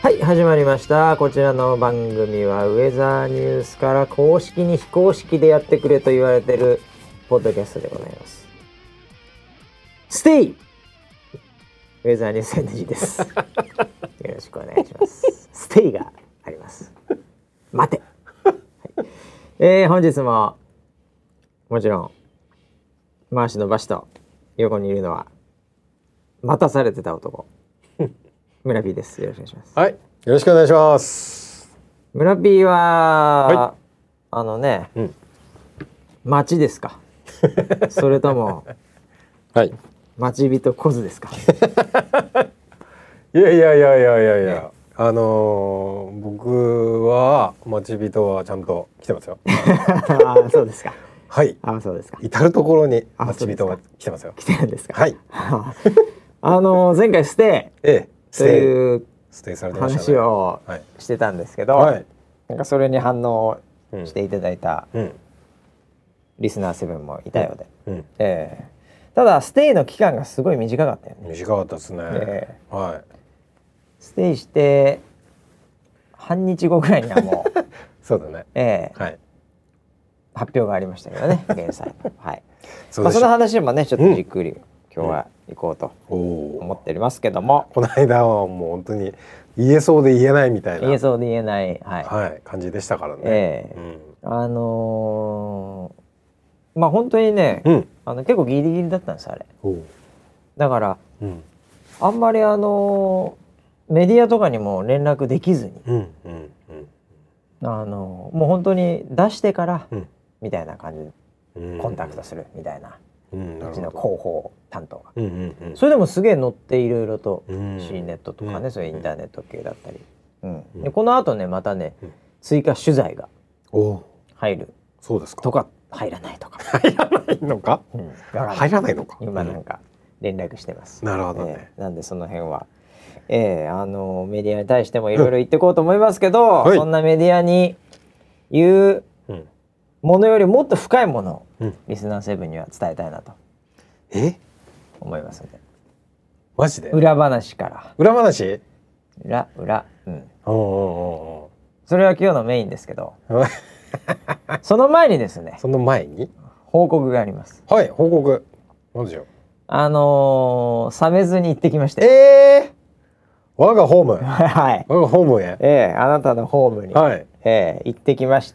はい、始まりました。こちらの番組はウェザーニュースから公式に非公式でやってくれと言われているポッドキャストでございます。ステイウェザーニュース NG です。よろしくお願いします。ステイがあります。待て、はい、本日ももちろん回しのバシと横にいるのは待たされてた男村 P です。よろしくお願いします。 はい、よろしくお願いします。 村 P は、 はい、 町ですかそれともはい町人コズですかいや、ね、僕は町人はちゃんと来てますよあ、そうですか。 はい、 あ、そうですか。 至る所に町人が来てますよ。 来てるんですか。 はい前回ステイという話をしてたんですけど、はい、なんかそれに反応していただいたリスナー7もいたようで、ただステイの期間がすごい短かったよね。 短かったですね、はい、 ステイして半日後ぐらいにはもうそうだね、はい、 発表がありましたけどね現在はい、その話もねちょっとじっくり、今日は行こうと思っておりますけども、 この間はもう本当に言えそうで言えないみたいな、 言えそうで言えない、はいはい、感じでしたからね、 まあ本当にね、結構ギリギリだったんですあれ。だから、あんまりメディアとかにも連絡できずに、もう本当に出してから、みたいな感じでコンタクトするみたいな、うちの広報担当が、それでもすげえ載っていろいろと、C ネットとかね、そういうインターネット系だったり、でこの後ねまたね、追加取材が入るとか入らないとか入らないのか、入らないのか今なんか連絡してます。 なるほどね、 なんでその辺は、メディアに対してもいろいろ言っていこうと思いますけど、そんなメディアに言うものよりもっと深いものを、リスナー7には伝えたいなと思いますので。 マジで裏話から裏話裏それは今日のメインですけどその前にですね、 その前に報告があります。 はい、報告。何でしょう。 サメズに行ってきまして、 我がホームはい、 我がホームへ、 あなたのホームに、行ってきまして、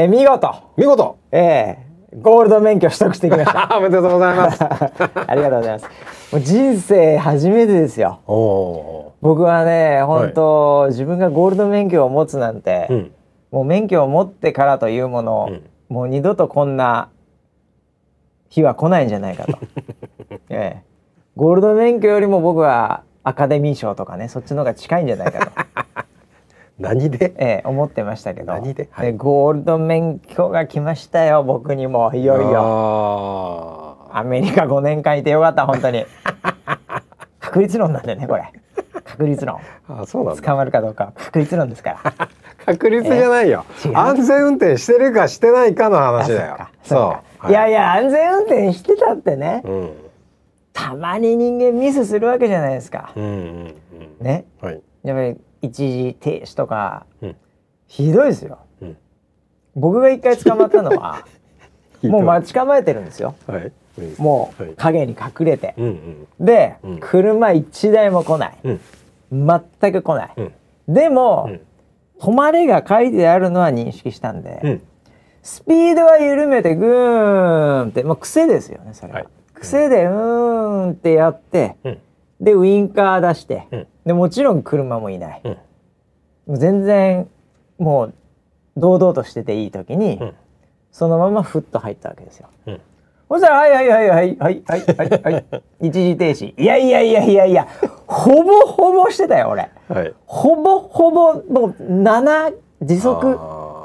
見事ゴールド免許取得してきましたおめでとうございますありがとうございます。もう人生初めてですよ。僕はね本当、自分がゴールド免許を持つなんて、もう免許を持ってからというもの、もう二度とこんな日は来ないんじゃないかと、ゴールド免許よりも僕はアカデミー賞とかね、そっちの方が近いんじゃないかと何で、 思ってましたけど、 何で、 ゴールド免許が来ましたよ。僕にもいよいよアメリカ5年間いてよかった本当に確率論なんでね、これ確率論。 そうなんだ。 捕まるかどうか確率論ですから確率じゃないよ、安全運転してるかしてないかの話だよ。 そういやいや、安全運転してたってね、たまに人間ミスするわけじゃないですか、ね、やっぱり一時停止とか、ひどいですよ、僕が一回捕まったのはもう待ち構えてるんですよ、もう影に隠れて、で、車一台も来ない、全く来ない、でも、止まれが書いてあるのは認識したんで、スピードは緩めてグーンって、もう癖ですよねそれは、癖でってやって、でウインカー出して、でもちろん車もいない、もう全然もう堂々としてていい時に、そのままフッと入ったわけですよ、そしたらはい一時停止、いやほぼしてたよ俺、ほぼもう時速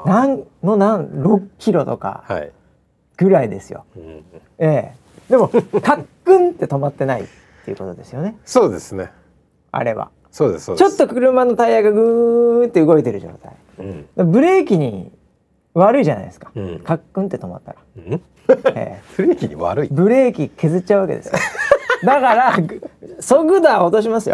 6キロとかぐらいですよ、でもカックンって止まってないっていうことですよね。 そうですね、 あれはそうです。 ちょっと車のタイヤがグーって動いてる状態、ブレーキに悪いじゃないですか、カックンって止まったら、 ブレーキに悪い、 ブレーキ削っちゃうわけですよだから速度は落としますよ、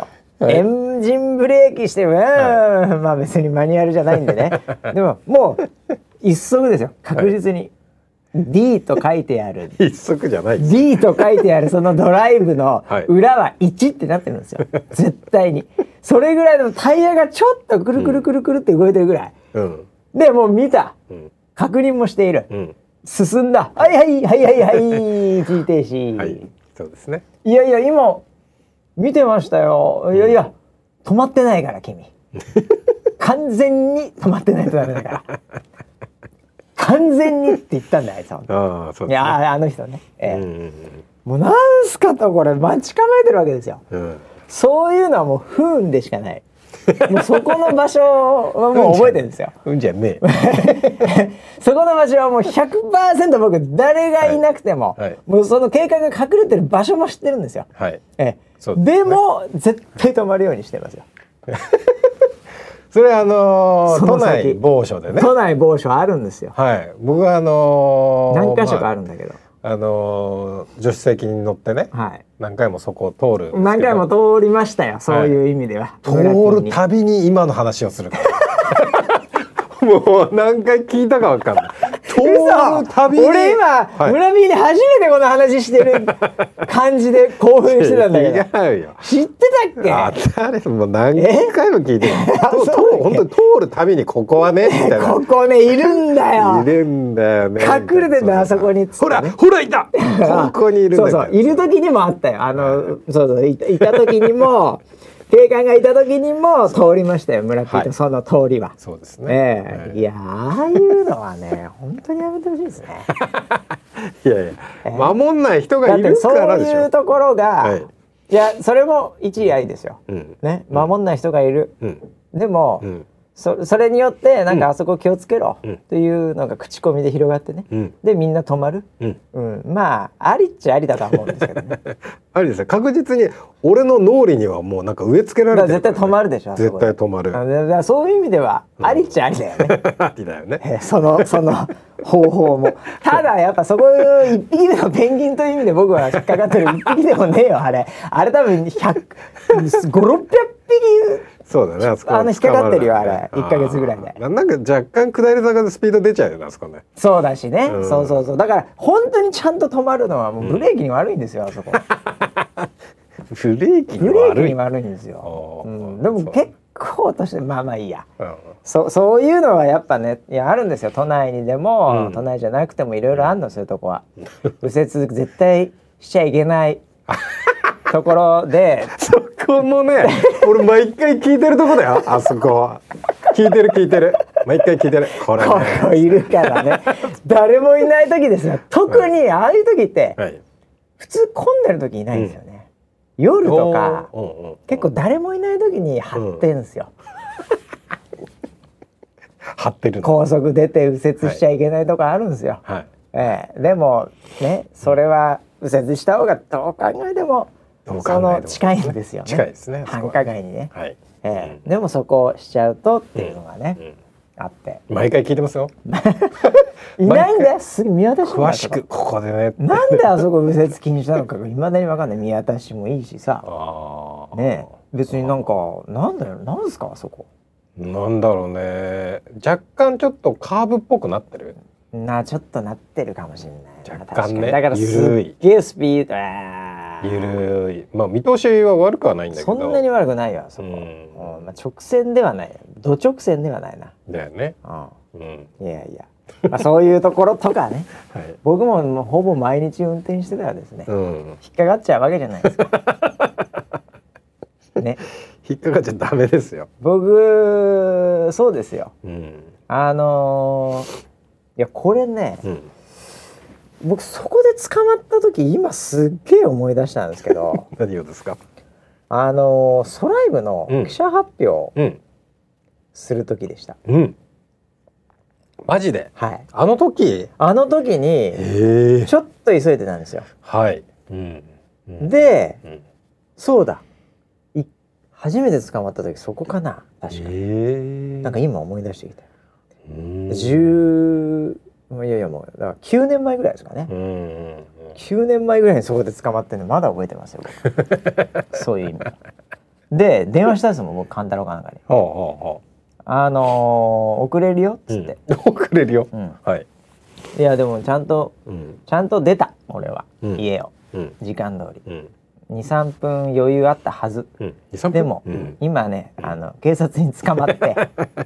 エンジンブレーキして、まあ別にマニュアルじゃないんでねでももう一足ですよ確実に、D と書いてある一足じゃない D と書いてあるそのドライブの裏は1ってなってるんですよ、絶対に。それぐらいのタイヤがちょっとくるくるくるくるって動いてるぐらい、でもう見た、確認もしている、進んだ、はいはいはいはいはい一時停止、はい、 そうですね。 いやいや今見てましたよ、いやいや止まってないから君完全に止まってないとダメだから完全にって言ったんだよあいつは。 ああ、そうですね。 いやあの人ね、もうなんすかとこれ待ち構えてるわけですよ、そういうのはもう不運でしかない。もうそこの場所はもう覚えてるんですよ。 うんじゃねえそこの場所はもう 100% 僕誰がいなくても、もうその警官が隠れてる場所も知ってるんですよ、でも絶対止まるようにしてますよそれ都内某所でね。 都内某所あるんですよ。 はい。僕は何箇所かあるんだけど、 助手席に乗ってね、何回もそこを通るんですけど。 何回も通りましたよ、そういう意味では。 通るたびに今の話をするからもう何回聞いたか分かんない。通るたびに俺今、村Pに初めてこの話してる感じで興奮してたんだけど違うよ。 知ってたっけ？ あれもう何回も聞いてる本当に通るたびにここはねみたいなここねいるんだよいるんだよね、 隠れてんだあそこに、 ほらいたここにいるんだよそういる時にもあったよ、そういた時にも警官がいた時にも通りましたよ、村Pとその通りは。 そうですね、 いやああいうのはね本当にやめてほしいですねいやいや、守んない人がいるからでしょ。 そういうところが、いやそれも一理ありですよ、ね、守んない人がいる、でも、それによってなんかあそこ気をつけろというのが口コミで広がってね、でみんな止まる、まあありっちゃありだとは思うんですけどねありですよ、確実に俺の脳裏にはもうなんか植え付けられてるから、ね、 絶対止まるでしょ。 絶対止まる。 だからそういう意味ではありっちゃありだよね、 ありだよね、 その方法もただやっぱそこ一匹目のペンギンという意味で僕は引っかかってる一匹でもねえよ、あれ多分500-600匹そうだね、あそこ引っかかってるよあれ1ヶ月ぐらいで。 なんか若干下り坂でスピード出ちゃうよねあそこね。 そうだしね、そうだから本当にちゃんと止まるのはもうブレーキに悪いんですよ、あそこブレーキに悪いんですよ、でも結構としてまあいいや、そういうのはやっぱね、いやあるんですよ、都内にでも、都内じゃなくてもいろいろあるの、そういうとこは右折絶対しちゃいけないところでそこもね俺毎回聞いてるとこだよあそこは。聞いてる毎回聞いてるこれ、ね、 ここいるからね誰もいない時ですよ、特にああいう時って、普通混んでる時いないんですよね、夜とか結構誰もいない時に張ってんですよ、 張ってる高速出て右折しちゃいけないとこあるんですよ、でもねそれは右折した方がどう考えてもその近いんですよね、 近いですね、 繁華街にね、でもそこをしちゃうとっていうのがね、あって毎回聞いてますよいないんだよ、すぐ見渡し詳しくここでねなんであそこ右折禁止なのかいまだに分かんない。見渡しもいいしさね、別になんかなんだよ、なんすかあそこ、 なんだろうね、若干ちょっとカーブっぽくなってるちょっとなってるかもしれない、 若干ね、 だからすっげえスピードゆるい、まあ見通しは悪くはないんだけど、 そんなに悪くないよあそこ、直線ではない、ど直線ではないなだよね、 いやいや、まあ、そういうところとかね、僕もほぼ毎日運転してたらですね、引っかかっちゃうわけじゃないですかね、 引っかかっちゃダメですよ。 僕そうですよ、いやこれね、僕そこで捕まった時今すっげえ思い出したんですけど何をですか？ ソライブの記者発表する時でした、 マジで？ はい。 あの時にちょっと急いでたんですよ。 はい。 で、そうだ。初めて捕まった時そこかな、確かに。なんか今思い出してきた。いやいやもうだから9年前ぐらいですかね。9年前ぐらいにそこで捕まってるのまだ覚えてますよ。そういう意味。 で電話したんですもん僕勘太郎かなんかに。遅れるよっつって、 遅れるよ、はい。 いやでもちゃんと出た俺は、家を、時間通り、2、3分余裕あったはず、でも、今ね警察に捕まって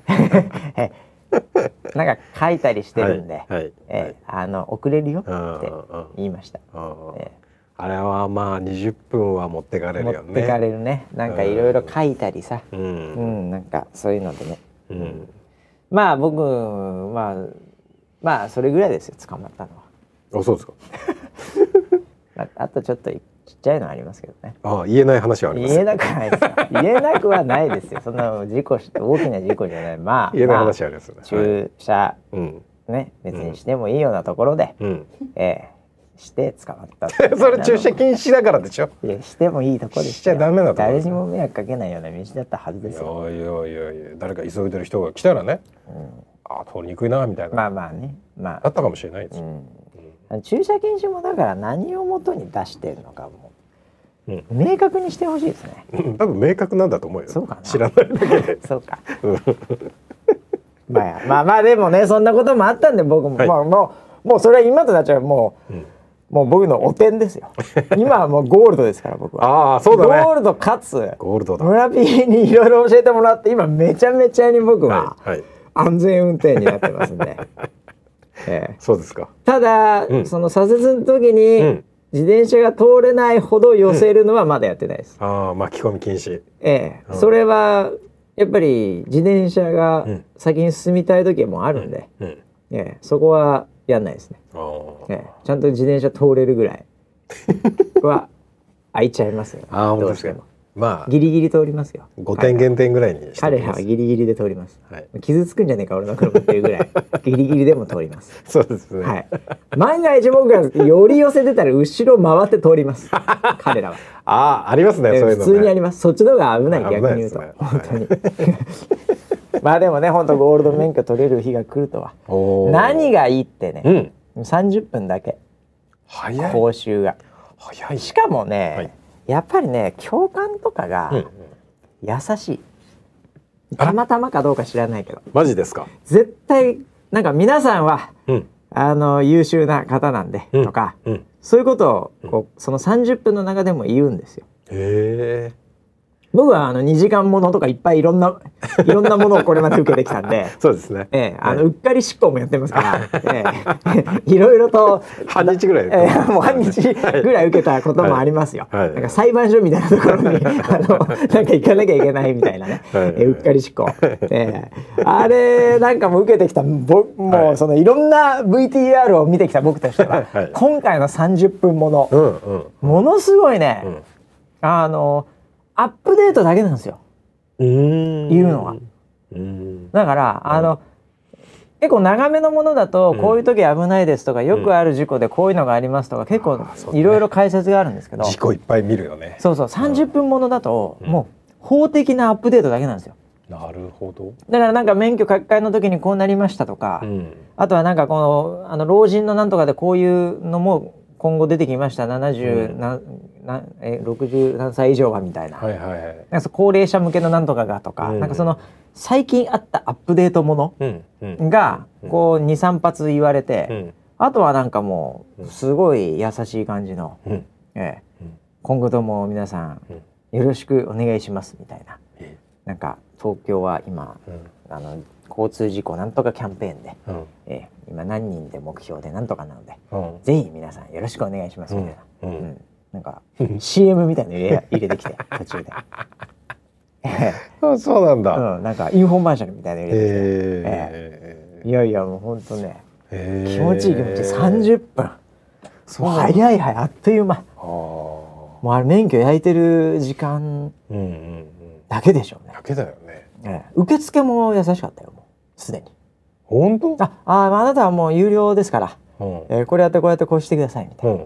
なんか書いたりしてるんで、遅れるよって言いました。 あれはまあ20分は持ってかれるよね。 持ってかれるね。なんかいろいろ書いたりさ、なんかそういうのでね。まあ僕まあそれぐらいですよ捕まったのは。 あ、そうですか。 あとちょっとちっちゃいのありますけどね。 言えない話はあります。 言えなくはないですよ。言えなくはないですよ。そんな事故して大きな事故じゃない。まあ言えない話ありますよね。 駐車ね別にしてもいいようなところで、して捕まった。 それ駐車禁止だからでしょ。 いやしてもいいとこでしちゃダメなとこ。 誰にも迷惑かけないような道だったはずですよ。 いや誰か急いでる人が来たらね、通りにくいなみたいな。 まあね、 あったかもしれないですよ。 駐車禁止もだから何をもとに出してるのかも明確にしてほしいですね。 多分明確なんだと思うよ。 そうかな。 知らないだけで。 そうか。まあでもねそんなこともあったんで僕も、もうそれは今となっちゃうもう僕のお点ですよ。今はもうゴールドですから僕は。 そうだね。 ゴールドかつゴールドだ。 村 P にいろいろ教えてもらって今めちゃめちゃに僕は安全運転になってますんで。 そうですか。 ただ、その左折の時に、自転車が通れないほど寄せるのはまだやってないです。 巻き込み禁止。 それはやっぱり自転車が先に進みたい時もあるんで、そこはやんないですね。ちゃんと自転車通れるぐらいは空いちゃいますよ。どうしても。まあギリギリ通りますよ。 5点減点ぐらいにして彼らはギリギリで通ります。傷つくんじゃねえか俺の車っていうぐらいギリギリでも通ります。 そうですね。 万が一僕がより寄せてたら後ろ回って通ります。彼らは。 ありますね。そういうのね。 普通にあります。そっちの方が危ない逆に言うと本当に。まあでもね本当ゴールド免許取れる日が来るとは。何がいいってね、30分だけ。 早い。 講習が。 早い。 しかもね。やっぱりね教官とかが優しい、たまたまかどうか知らないけど。 マジですか。 絶対なんか皆さんは、優秀な方なんで、とか、そういうことをその30分の中でも言うんですよ。 へえ。 僕は2時間ものとかいっぱいいろんなものをこれまで受けてきたんでそうですね。 うっかり執行もやってますからいろいろと半日ぐらいもう半日ぐらい受けたこともありますよ。なんか裁判所みたいなところになんか行かなきゃいけないみたいなねうっかり執行あれなんかも受けてきたもうそのいろんな VTR を見てきた僕としては今回の30分ものものすごいねアップデートだけなんですよ。言うのは。だから結構長めのものだとこういう時危ないですとかよくある事故でこういうのがありますとか結構いろいろ解説があるんですけど、 事故いっぱい見るよね。 そう30分ものだともう法的なアップデートだけなんですよ。 なるほど。だからなんか免許書き換えの時にこうなりましたとか、あとはなんかこの老人のなんとかでこういうのも今後出てきました60何歳以上はみたいな、なんか高齢者向けのなんとかがとか、なんかその最近あったアップデートものがこう 2,3 発言われて、あとはなんかもうすごい優しい感じの、今後とも皆さんよろしくお願いしますみたいな、なんか東京は今、交通事故なんとかキャンペーンで、今何人で目標でなんとかなので、ぜひ皆さんよろしくお願いしますみたいな、なんか CM みたいなの入れてきて途中でそうなんだ、 なんかインフォマーシャルみたいなの入れてきて、いやいやもうほんとね気持ちいい気持ちいい30分もう早いあっという間、もうあれ免許焼いてる時間だけでしょうね。 だけだよね。 受付も優しかったよもうすでに。 本当？ あなたはもう有料ですから、これやってこうやってこうしてくださいみたいな。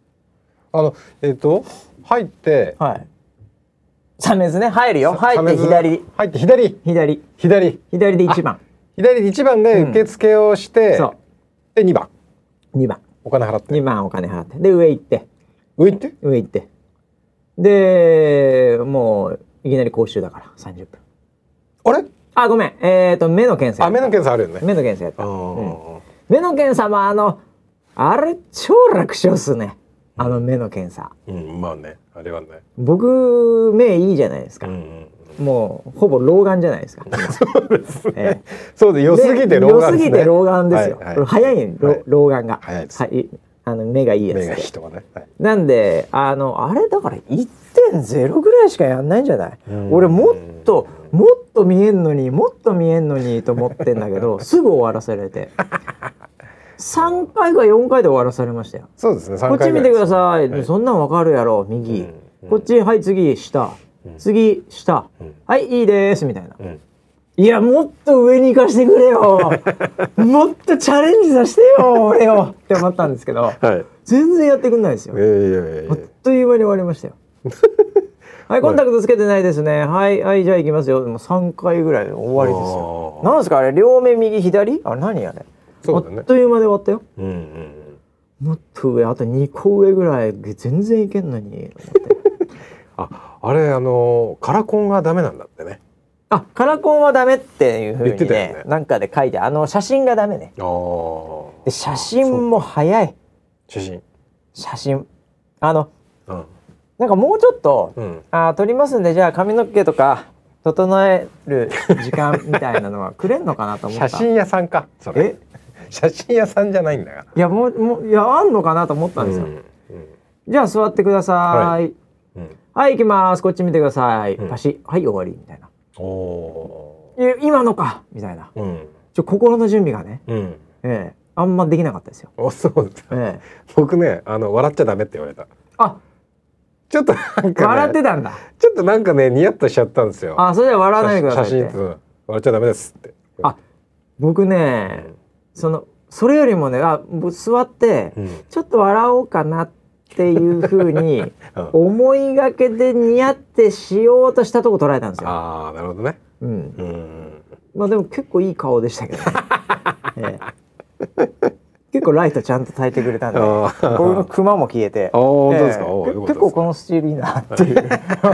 入って左ですね。入るよ。入って左で1番。 左で1番で受付をして、で2番お金払って 2番お金払ってで上行って上行ってでもういきなり講習だから30分。 あれ？ あ、ごめん。目の検査。 目の検査あるよね。 目の検査やった。目の検査もあれ超楽勝っすね。目の検査。 まあね、あれはね。 僕目いいじゃないですか。もうほぼ老眼じゃないですか。 そうですね。そうで良すぎて老眼ですね。 良すぎて老眼ですよ。早いね、老眼が。 早いです。 目がいいやつ。 目がいい人はね。 なんであれだから 1.0 ぐらいしかやんないんじゃない？俺もっと見えんのにと思ってんだけどすぐ終わらせれて3回か4回で終わらされましたよ。 そうですね。 こっち見てください。そんなんわかるやろ。右。こっちはい次下。次下。はいいいですみたいな。いやもっと上に行かしてくれよ。もっとチャレンジさせてよ俺よって思ったんですけど、全然やってくんないですよ。あっという間に終わりましたよ。はい、コンタクトつけてないですね。はいじゃあ行きますよ。もう3回ぐらいで終わりですよ。なんですかあれ、両目右左？あれ何あれ？ そうだね。 あっという間で終わったよ。もっと上、あと2個上ぐらい全然いけんのに。 あれカラコンがダメなんだってね。 あ、カラコンはダメっていう風にね、なんかで書いて、写真がダメね。で写真も早い。写真なんかもうちょっと、撮りますんでじゃあ髪の毛とか整える時間みたいなのはくれんのかなと思った。 写真屋さんかそれ。写真屋さんじゃないんだが。 いやいやあんのかなと思ったんですよ。じゃあ座ってください。はい行きます。こっち見てください。パシッ。はい終わりみたいな。今のかみたいな。心の準備がね。あんまできなかったですよ。 そうです。僕ね笑っちゃダメって言われた。あ、ちょっとなんか、ね、 笑ってたんだ。 ちょっとなんかねニヤッとしちゃったんですよ。 あ、それでは笑わないでくださいって。 写真笑っちゃダメですって。 あ、僕ね、それよりもね、座って、ちょっと笑おうかなっていう風に思いがけでニヤってしようとしたとこ捉えたんですよ。 ああ、なるほどね。 まあでも結構いい顔でしたけどね。結構ライトちゃんと焚いてくれたんで、僕のクマも消えて、 本当ですか？ 結構このスチールいいなっていう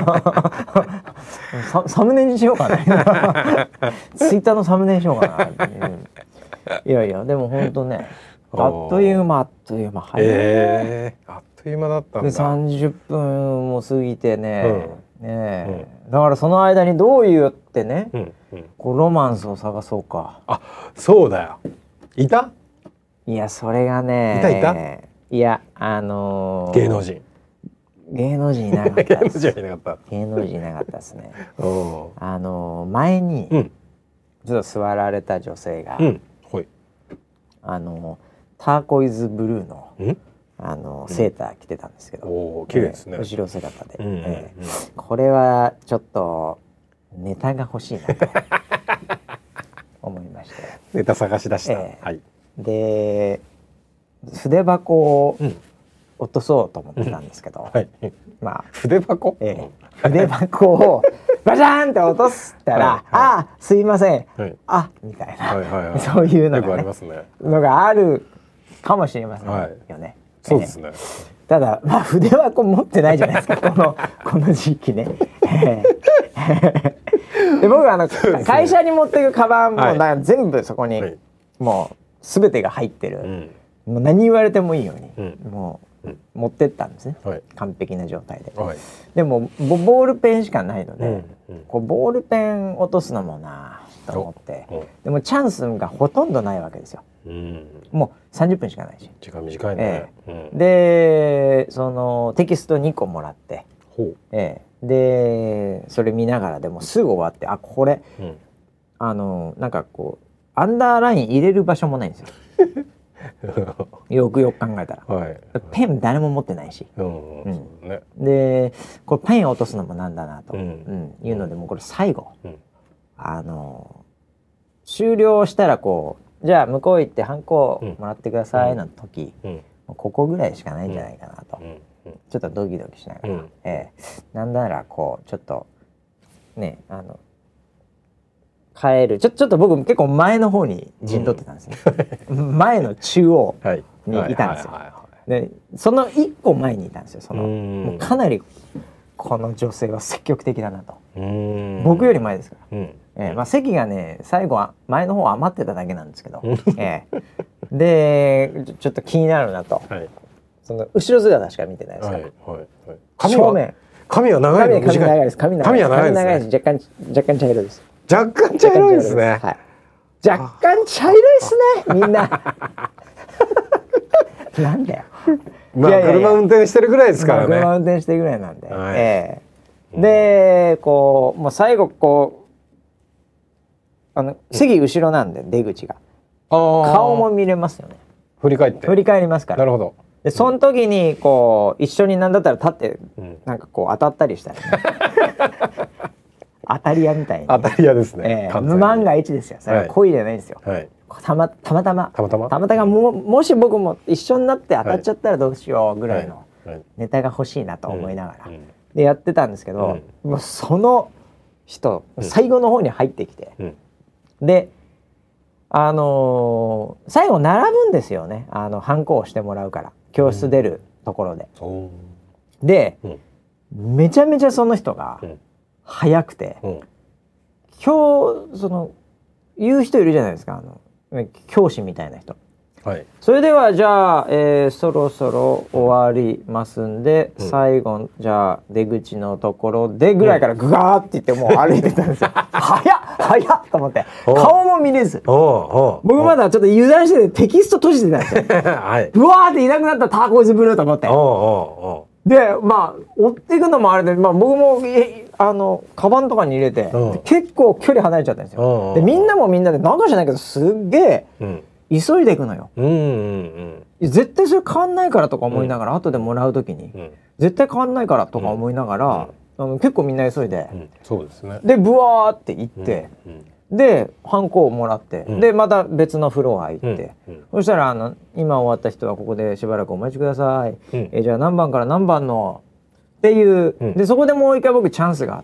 サムネにしようかなツイッターのサムネにしようかなっていう。いやでも本当ね、あっという間早い。あっという間だったんだ。 で30分も過ぎてね、だからその間にどう言ってね、こうロマンスを探そうか。 あ、そうだよ。いた？ いやそれがね、いや芸能人いなかったです。 芸能人いなかった。 芸能人いなかったですね。前にちょっと座られた女性が、ターコイズブルーのセーター着てたんですけど、 綺麗ですね。 後ろ姿で、これはちょっとネタが欲しいなと思いまして、 ネタ探し出した。 で筆箱を落とそうと思ってたんですけど、まあ筆箱をバシャーンって落としたら、あ、すいません、あみたいな、そういうのがあるかもしれませんよね。 そうですね。 ただまあ筆箱持ってないじゃないですかこの時期ね。で僕会社に持っていくカバンも全部そこにもう全てが入ってる、もう何言われてもいいように、もう持ってったんですね、完璧な状態で。でもボールペンしかないので、こうボールペン落とすのもなと思って、でもチャンスがほとんどないわけですよ。もう30分しかないし時間短いね。 でテキスト2個もらって、でそれ見ながらでもすぐ終わって、あこれ、なんかこうアンダーライン入れる場所もないんですよ。よく考えたら、ペン誰も持ってないし、でこれペン落とすのもなんだなと、いうのでもうこれ最後、終了したらこうじゃあ向こう行ってハンコもらってくださいの時、ここぐらいしかないんじゃないかなと、ちょっとドキドキしながら、なんだならこうちょっとね変えるちょっと僕結構前の方に陣取ってたんですね。前の中央にいたんですよ。でその1個前にいたんですよ。もうかなりこの女性は積極的だなと。僕より前ですから、まあ、席がね最後は前の方余ってただけなんですけど、でちょっと気になるなと、はい、その後ろ姿しか見てないですから、はいはいはい、正面髪は長いの？ 髪長いです。髪長いです。若干茶色です。 若干茶色いですね。 はい、若干茶色いですね。みんな。なんだよ。 まあ車運転してるぐらいですからね。 車運転してるぐらいなんで。はい、でこうもう最後こう席後ろなんで出口が顔も見れますよね。 振り返りますから。 なるほど。 でその時にこう一緒になんだったら立ってなんかこう当たったりしたら、ね、当たり屋みたいに、 当たり屋ですね、 万が一ですよ。それは恋じゃないですよ、はい、たまたまもし僕も一緒になって当たっちゃったらどうしようぐらいのネタが欲しいなと思いながら、でやってたんですけど、もうその人最後の方に入ってきて、で最後並ぶんですよね。ハンコをしてもらうから教室出るところで、で、めちゃめちゃその人が早くて、今日その言う人いるじゃないですか、教師みたいな人、はい、それではじゃあ、そろそろ終わりますんで、最後じゃあ出口のところでぐらいからグガーって言ってもう歩いてたんですよ。早っと思って顔も見れず、僕まだちょっと油断しててテキスト閉じてたんですよ。はい、うわーっていなくなったターコイズブルーと思って、でまあ追っていくのもあれで、まあ、僕もカバンとかに入れて結構距離離れちゃったんですよ。でみんなもみんなでなんかじゃないけどすっげえ急いでいくのよ。絶対それ変わんないからとか思いながら、後でもらう時に、絶対変わんないからとか思いながら、結構みんな急いで、 そうですね。 でブワーって行って、でハンコをもらって、でまた別のフロア行って、そしたら今終わった人はここでしばらくお待ちください、じゃあ何番から何番のっていう、でそこでもう一回僕チャンスがあって、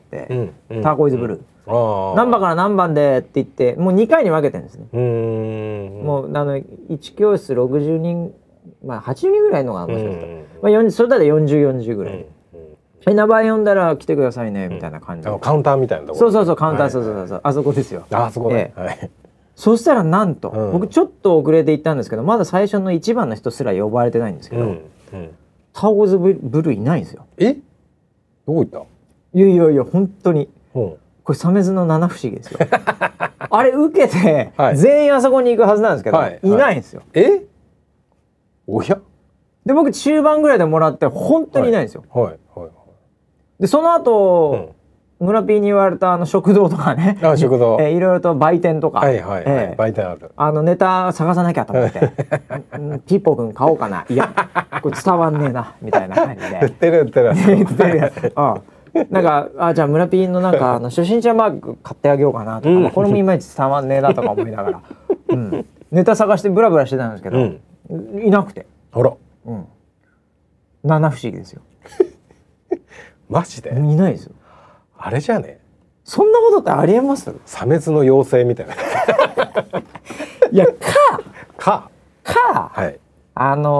ターコイズブルー、何番から何番でって言ってもう2回に分けてるんですね。もう1教室60人、まあ80人ぐらいのがもしかしたら、まあ、それだと40ぐらい、名前呼んだら来てくださいねみたいな感じで、 カウンターみたいなところ、 そうカウンター、そうあそこですよ。 あそこね、 そしたらなんと、僕ちょっと遅れて行ったんですけど、まだ最初の1番の人すら呼ばれてないんですけど、ターコイズブルーいないんですよ。 どこ行った？ いや本当に、これサメズの七不思議ですよ。あれ受けて、全員あそこに行くはずなんですけど、いないんですよ。 おや？ で僕中盤ぐらいでもらって本当にいないんですよ。でその後、村 P に言われた食堂とかね、 食堂いろいろと売店とか、 売店ある、 ネタ探さなきゃと思ってピーポー君買おうかな、いやこれ伝わんねえなみたいな感じで売ってるやつなんかじゃあ村 P のなんか初心者マーク買ってあげようかなとか、これもいまいち伝わんねえなとか思いながら、ネタ探してブラブラしてたんですけど、いなくて、七不思議ですよ。 マジで？ いないですよ。 あれじゃね？ そんなことってありえます？ サメズの妖精みたいな。 いやか、 はい、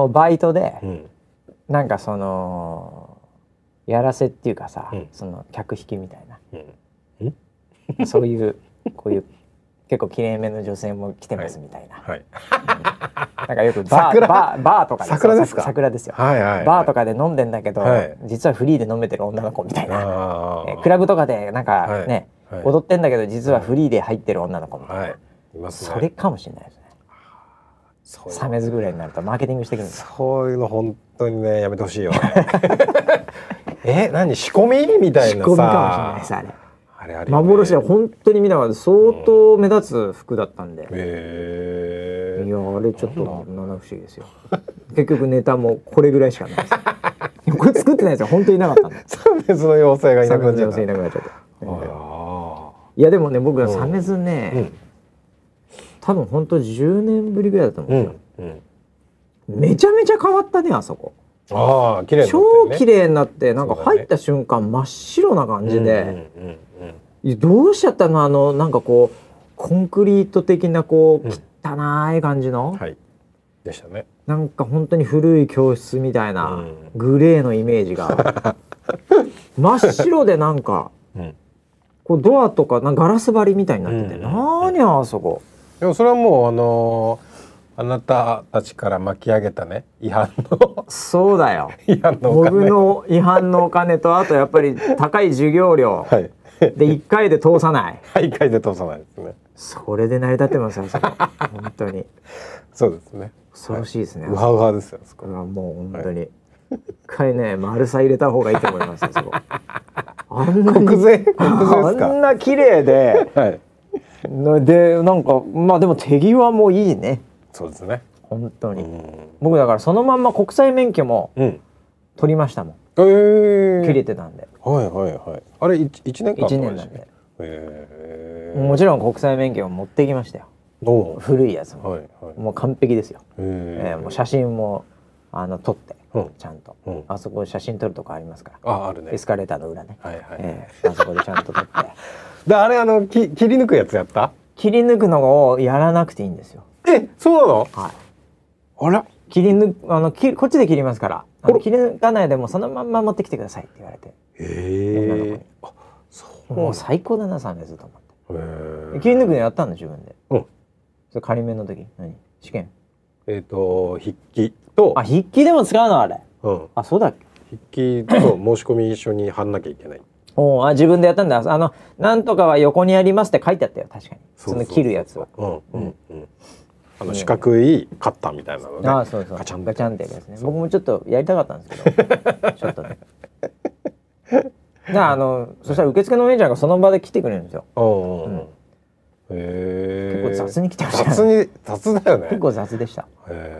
バイトで、なんかそのやらせっていうかさ、その客引きみたいな、そういうこういう結構きれいめの女性も来てますみたいな、なんかよくバーとかで、 桜ですか？ 桜ですよ。バーとかで飲んでんだけど、実はフリーで飲めてる女の子みたいな、クラブとかでなんかね、踊ってんだけど実はフリーで入ってる女の子みたいな、それかもしれないですね。サメズぐらいになるとマーケティングしてくるんです。 そういうの本当にねやめてほしいよね。何仕込みみたいなさ、仕込みかもしれないです。あれ幻で本当に見ながら相当目立つ服だったんで、いやあれちょっと七不思議ですよ。結局ネタもこれぐらいしかないです。これ作ってないですよ、本当にいなかったんで。 サメズの妖精がいなくなっちゃった。 いやでもね、僕はサメズね、多分本当10年ぶりぐらいだと思うんですよ。めちゃめちゃ変わったね、あそこ。 綺麗になってね、 超綺麗になって、なんか入った瞬間真っ白な感じで、どうしちゃったの、なんかこうコンクリート的なこう汚い感じの、 でしたね。 なんか本当に古い教室みたいなグレーのイメージが真っ白でなんか、こうドアとかガラス張りみたいになってて、何あそこ。 でもそれはもうあなたたちから巻き上げたね違反のそうだよ違反のお金、 僕の違反のお金と、あとやっぱり高い授業料、はい、で1回で通さない 1回で通さないですね。 それで成り立ってますよそこ本当にそうですね。 恐ろしいですね、 ウハウハですよそこは。もう本当に、一回ね丸さ入れた方がいいと思いますよそこ。あんなに国税ですか。 あんな綺麗で、はい、でなんかまあでも手際もいいね。 そうですね本当に。僕だからそのまんま国際免許も取りましたもん、切れてたんで。 はいはいはい。あれ1年間 1年なんで、もちろん国際免許を持ってきましたよ。古いやつも、はいはい、もう完璧ですよ。もう写真も撮って、ちゃんと、あそこ写真撮るとこありますから。あるね。エスカレーターの裏ね。はいはい。あそこでちゃんと撮って。 であれ切り抜くやつやった？ 切り抜くのをやらなくていいんですよ。 そうなの？ はい。 あら？ 切り抜こっちで切りますから。切り抜かないでもそのまんま持ってきてくださいって言われて。女の子に。あ、そう。もう最高だなサンデーズと思って。切り抜くのやったんだ自分で。それ仮免の時何？試験？ 筆記と。 あ、筆記でも使うのあれ。あ、そうだっけ？筆記と申し込み一緒に貼んなきゃいけない。 自分でやったんだ。なんとかは横にありますって書いてあったよ確かに。その切るやつは。 四角いカッターみたいなので、 そうガチャンガチャンってやつですね。僕もちょっとやりたかったんですけど、ちょっとね。そしたら受付のお姉ちゃんがその場で来てくれるんですよ。結構雑に来てましたね。 雑だよね。 結構雑でした。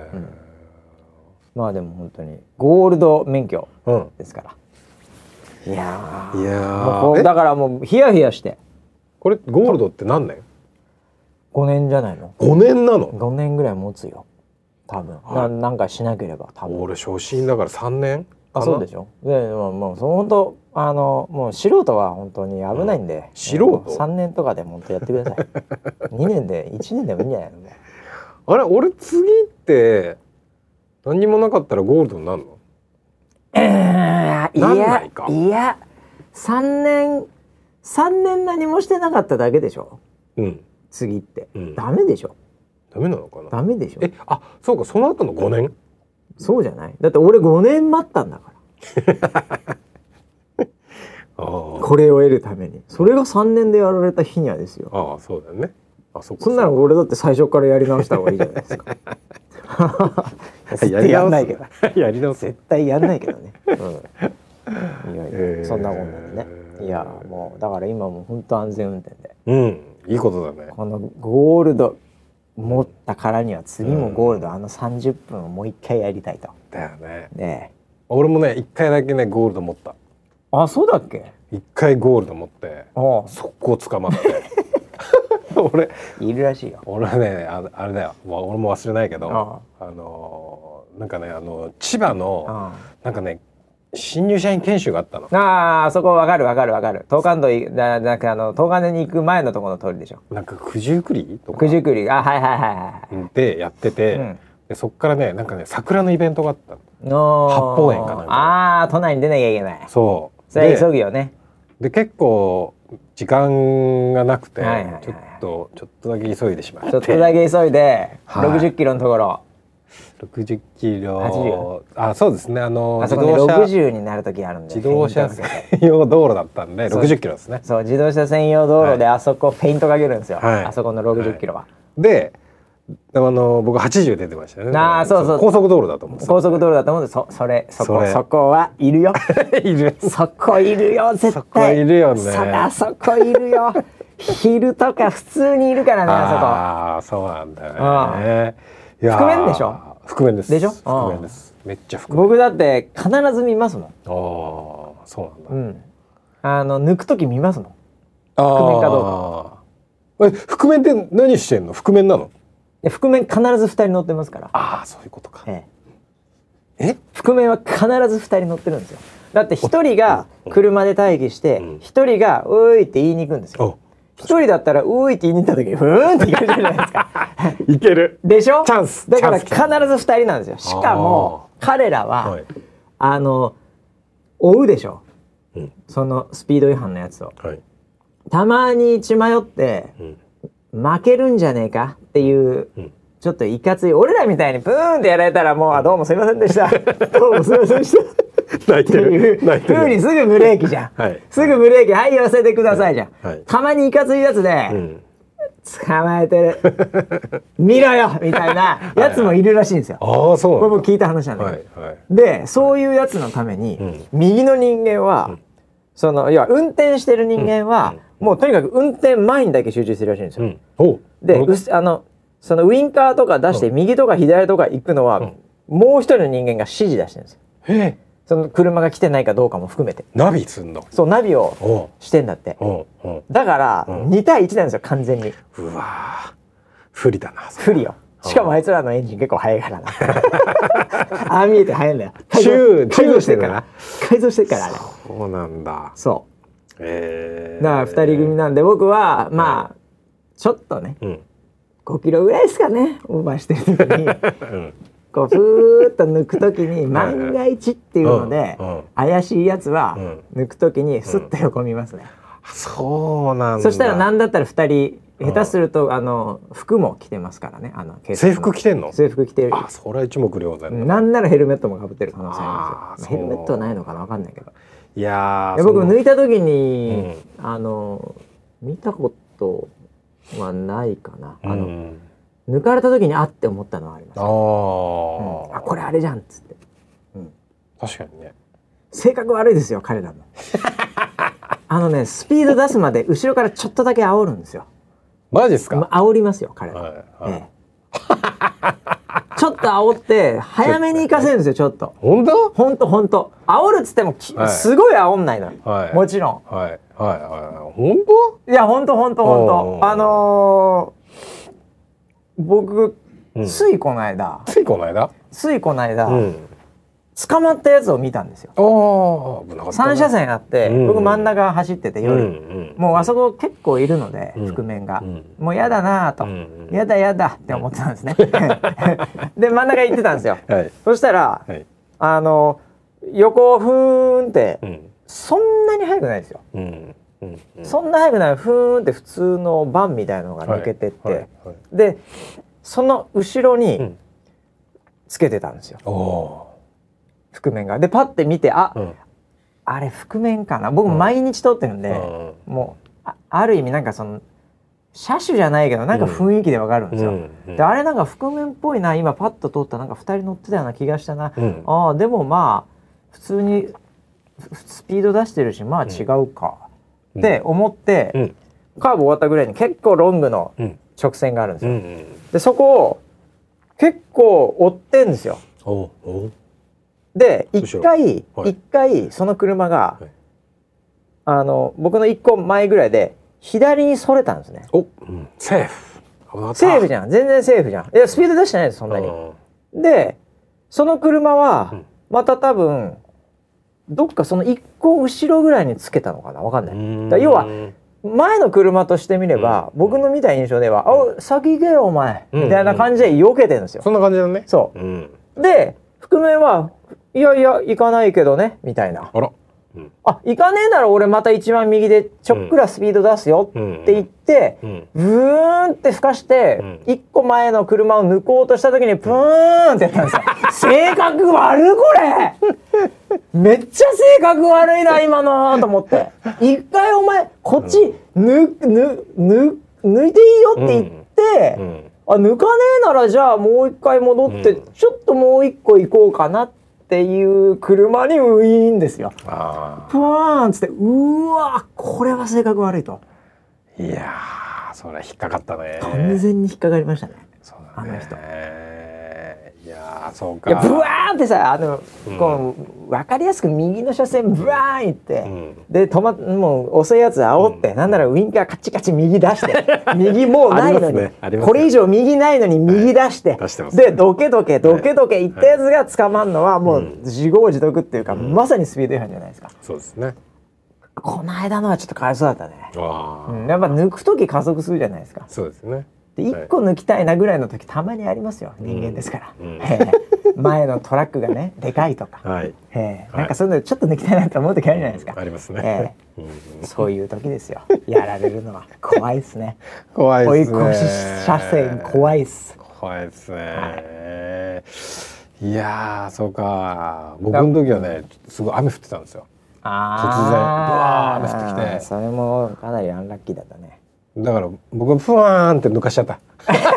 まあでも本当にゴールド免許ですから。いやーだからもうヒヤヒヤして。 これゴールドって何年 ？5年じゃないの ？5年なの ？5年ぐらい持つよ多分。なんかしなければ多分。 俺初心だから3年かな。そうでしょ。でもう本当もう素人は本当に危ないんで、 素人 3年とかで本当やってください。2年で1年でもいいんじゃないの？ あれ俺次って何にもなかったらゴールドになるの？ いや3年何もしてなかっただけでしょ。次って、ダメでしょ。 ダメなのかな？ ダメでしょ。 そうか、その後の5年？ そうじゃない？だって俺5年待ったんだからこれを得るために。それが3年でやられた日にはですよ。 そうだよね。 そんなの俺だって最初からやり直した方がいいじゃないですか。絶対やんないけど。 やり直す。 絶対やんないけどね。そんなもんなんでね。いやもうだから今も本当安全運転で。 いいことだね。 このゴールド持ったからには次もゴールド30分をもう一回やりたいと。 だよね。俺もね1回だけねゴールド持った。 あ、そうだっけ ？1回ゴールド持って速攻捕まって俺いるらしいよ。 俺ねあれだよ、俺も忘れないけどなんかね千葉のなんかね新入社員研修があったの。 そこわかる。東関道なんか東金に行く前のところの通りでしょ。 なんか九十九里とか。 九十九里はいでやってて、でそっからねなんかね桜のイベントがあったの。八芳園かなんか。 都内に出なきゃいけない。 それ急ぐよね。 で結構時間がなくてちょっとだけ急いでしまって。 ちょっとだけ急いで60キロのところ。 60キロ。そうですね。 そこね60になる時あるんで。 自動車専用道路だったんで60キロですね。 そう、自動車専用道路であそこフェイントかけるんですよ。あそこの60キロは。 で、僕80出てましたね。 そう。 高速道路だと思う。 高速道路だと思うんで、そこはいるよ。 いる。 そこいるよ絶対。 そこいるよね。 そこいるよ。昼とか普通にいるからねあそこ。そうなんだよね。 覆面でしょ。 覆面です。 でしょ。 覆面です。めっちゃ覆面。 僕だって必ず見ますもん。 そうなんだ。 抜く時見ますもん。覆面かどうか。覆面って何してんの？覆面なの？ 覆面必ず2人乗ってますから。 そういうことか。 覆面は必ず2人乗ってるんですよ。だって1人が車で待機して1人が「うーい」って言いに行くんですよ。1人だったら「うーい」って言いに行った時に「ふーん」って行かれるじゃないですか。 いけるでしょ。 チャンスだから必ず2人なんですよ。しかも彼らは追うでしょ。 そのスピード違反のやつを、たまに血迷って、負けるんじゃねえかっていう、ちょっといかつい俺らみたいにブーンってやられたらもうどうもすいませんでしたどうもすいませんでした泣いてるふうにすぐブレーキじゃん、すぐブレーキはい言わせてくださいじゃん、たまにいかついやつで、捕まえてる見ろよみたいなやつもいるらしいんですよ。 ああ、そうなんだ。 これ僕聞いた話なんだけど、でそういうやつのために、右の人間は、その要は運転してる人間は、もうとにかく運転前にだけ集中するらしいんですよ。でそのウインカーとか出して右とか左とか行くのは、もう一人の人間が指示出してるんですよ。その車が来てないかどうかも含めてナビすんの。 そうナビをしてんだって。だから2対1なんですよ完全に。 うわ不利だな。 不利よ。しかもあいつらのエンジン結構速いからなああ見えて速いんだよ。改造してるから改造してるからあれ。 そうなんだ。 そう、だから2人組なんで僕はまあちょっとね、5キロぐらいですかねオーバーしてる時にこうふーっと抜くときに万が一っていうので怪しいやつは抜くときにスッと横見ますね。 そうなんだ。 そしたら何だったら2人下手すると服も着てますからね。 制服着てんの？ 制服着てる。 あ、それは一目瞭然だ。 なんならヘルメットもかぶってる可能性ありますよ。ヘルメットはないのかな分かんないけど。 いや僕抜いた時に、見たことはないかな。抜かれた時にあって思ったのはあります、ね。あ、これあれじゃんっつって。 確かにね。 性格悪いですよ彼らも。スピード出すまで後ろからちょっとだけ煽るんですよ。 マジっすか？ 煽りますよ彼ら。ちょっと煽って早めに行かせるんですよちょっと。本当？本当。煽るっつってもすごい煽んないの。もちろん。本当？いや本当。僕ついこの間、捕まったやつを見たんですよ。3車線あって、僕真ん中走ってて夜、もうあそこ結構いるので覆面が、もうやだなと、やだって思ってたんですね。で真ん中行ってたんですよ。そしたら横をふーんってそんなに速くないですよ。そんな速くない。ふーんって普通のバンみたいなのが抜けてって、でその後ろにつけてたんですよ覆面が。でパッて見てあれ覆面かな。僕毎日通ってるんで、もう ある意味なんかその車種じゃないけどなんか雰囲気でわかるんですよ。であれなんか覆面っぽいな、今パッと通ったなんか2人乗ってたような気がしたな。でもまあ普通にスピード出してるしまあ違うかって思って、カーブ終わったぐらいに結構ロングの直線があるんですよ。でそこを結構追ってんですよ。で一回その車が、僕の1個前ぐらいで左にそれたんですね。 セーフじゃん。全然セーフじゃん。いやスピード出してないですそんなに。でその車はまた多分どっかその1個後ろぐらいにつけたのかな分かんない。だ要は前の車としてみれば、僕の見た印象では「先行けよお前」みたいな感じで避けてるんですよ。 そんな感じだね。 そう、で覆面はいや行かないけどねみたいな。行かねえなら俺また一番右でちょっくらスピード出すよって言って、ブーンって吹かして、1個前の車を抜こうとした時にプーンってやったんですよ。性格悪いこれめっちゃ性格悪いな今のと思って、一回お前こっち抜いていいよって言って、抜かねえならじゃあもう一回戻って、ちょっともう一個行こうかなっていう車にウィーンですよ。プワーンっつって、うわこれは性格悪いと。 いやーそれ引っかかったね。 完全に引っかかりましたね。 そうだね、 あの人。 いやそうか。 いやブワーンってさこう分かりやすく右の車線ブワーン行って、でもう遅いやつ煽って、なんならウインカーカチカチ右出して右もうないのに、これ以上右ないのに右出して、でドケドケ言ったやつが捕まるのはもう自業自得っていうか、まさにスピード違反じゃないですか。 そうですね。 この間のはちょっとかわいそうだったね。やっぱ抜く時加速するじゃないですか。 そうですね。 で1個抜きたいなぐらいの時たまにありますよ、人間ですから。 前のトラックがねでかいとか、なんかそういうのちょっと抜きたいなと思う時あるじゃないですか。 ありますね。 そういう時ですよ。やられるのは怖いですね。 怖いですね。 追い越し車線怖いっす。 怖いですね。いやそうか。僕の時はねすごい雨降ってたんですよ。突然ブワー雨降ってきて。 それもかなりアンラッキーだったね。 だから僕ふわーんって抜かしちゃった。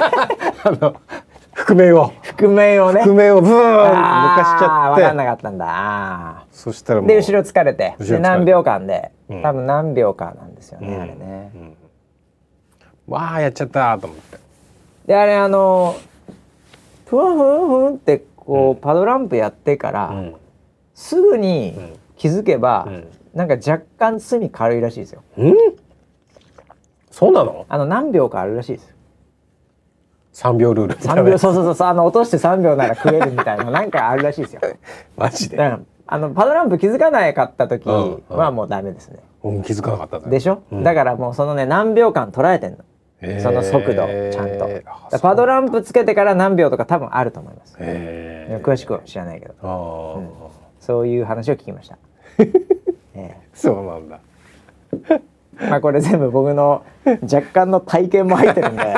覆面をね覆面をブーン抜かしちゃって分かんなかったんだ。 そしたらもうで後ろ疲れてで何秒間で、多分何秒かなんですよね、あれね、 わあやっちゃったと思って。 であれふわふわふわってこう、パドランプやってから、すぐに気づけば、なんか若干罪軽いらしいですよ。 そうなの？ 何秒かあるらしいです。 3秒ルール。 3秒そう落として3秒なら食えるみたいななんかあるらしいですよ。 マジで？ だからパドランプ気づかなかった時はもうダメですね。 気づかなかったでしょ、だからもうそのね何秒間捉えてんの、その速度ちゃんと。パドランプつけてから何秒とか多分あると思います。詳しくは知らないけど、そういう話を聞きました。 そうなんだ。 まあこれ全部僕の若干の体験も入ってるんで、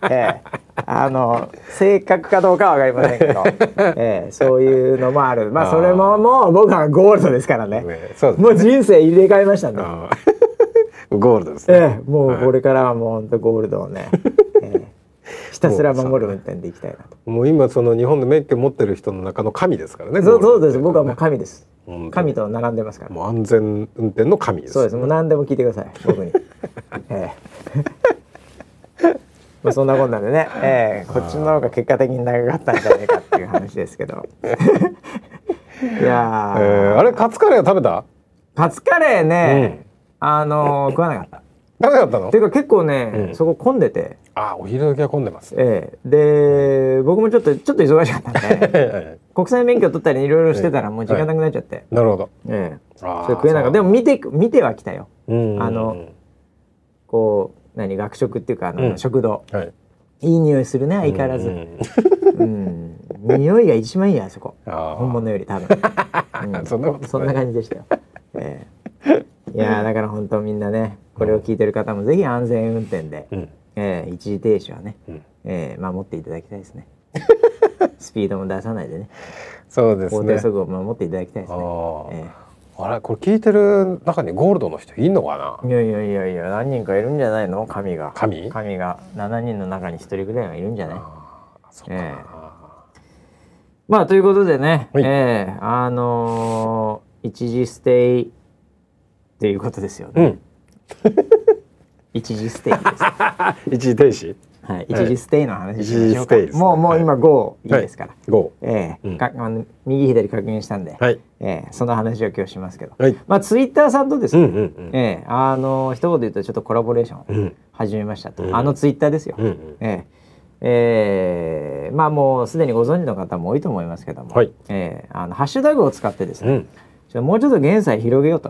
正確かどうかは分かりませんけど、そういうのもある。まあそれももう僕はゴールドですからね。もう人生入れ替えましたんで。 ゴールドですね。 もうこれからはもう本当ゴールドをね、ひたすら守る運転でいきたいなと。 もう今その日本で免許持ってる人の中の神ですからね。 そうです。僕はもう神です。神と並んでますから。 もう安全運転の神です。 そうです。もう何でも聞いてください。僕に。まあそんなこんなんでね、こっちの方が結果的に長かったんじゃないかっていう話ですけど。いやあれカツカレー食べた？ カツカレーね、食わなかった。 食べなかったの？ っていうか結構ね、そこ混んでて。 お昼時は混んでます。 で僕もちょっと忙しかったんで国際免許取ったりいろいろしてたらもう時間なくなっちゃって。 なるほど。 それ食えなかった。でも見てはきたよ。こう学食っていうか食堂、いい匂いするね相変わらず。匂いが一番いいやそこ。本物より多分。そんな感じでしたよ。いやだから本当みんなねこれを聞いてる方もぜひ安全運転で、一時停止はね、守っていただきたいですね。スピードも出さないでね。 そうですね。 法定速度を守っていただきたいですね。 あれこれ聞いてる中にゴールドの人いんのかな？いや何人かいるんじゃないの？神が7人の中に1人ぐらいはいるんじゃない？まあということでね、一時ステイっていうことですよね。一時ステイです。 一時停止？ はい、一時ステイの話しましょうか。もう今GOいいですから。 GO。 右左確認したんで、その話を今日しますけど、まあツイッターさんとですね、一言言うとちょっとコラボレーションを始めましたと。ツイッターですよ。まあもうすでにご存知の方も多いと思いますけども、ハッシュタグを使ってですね、もうちょっと現在広げようと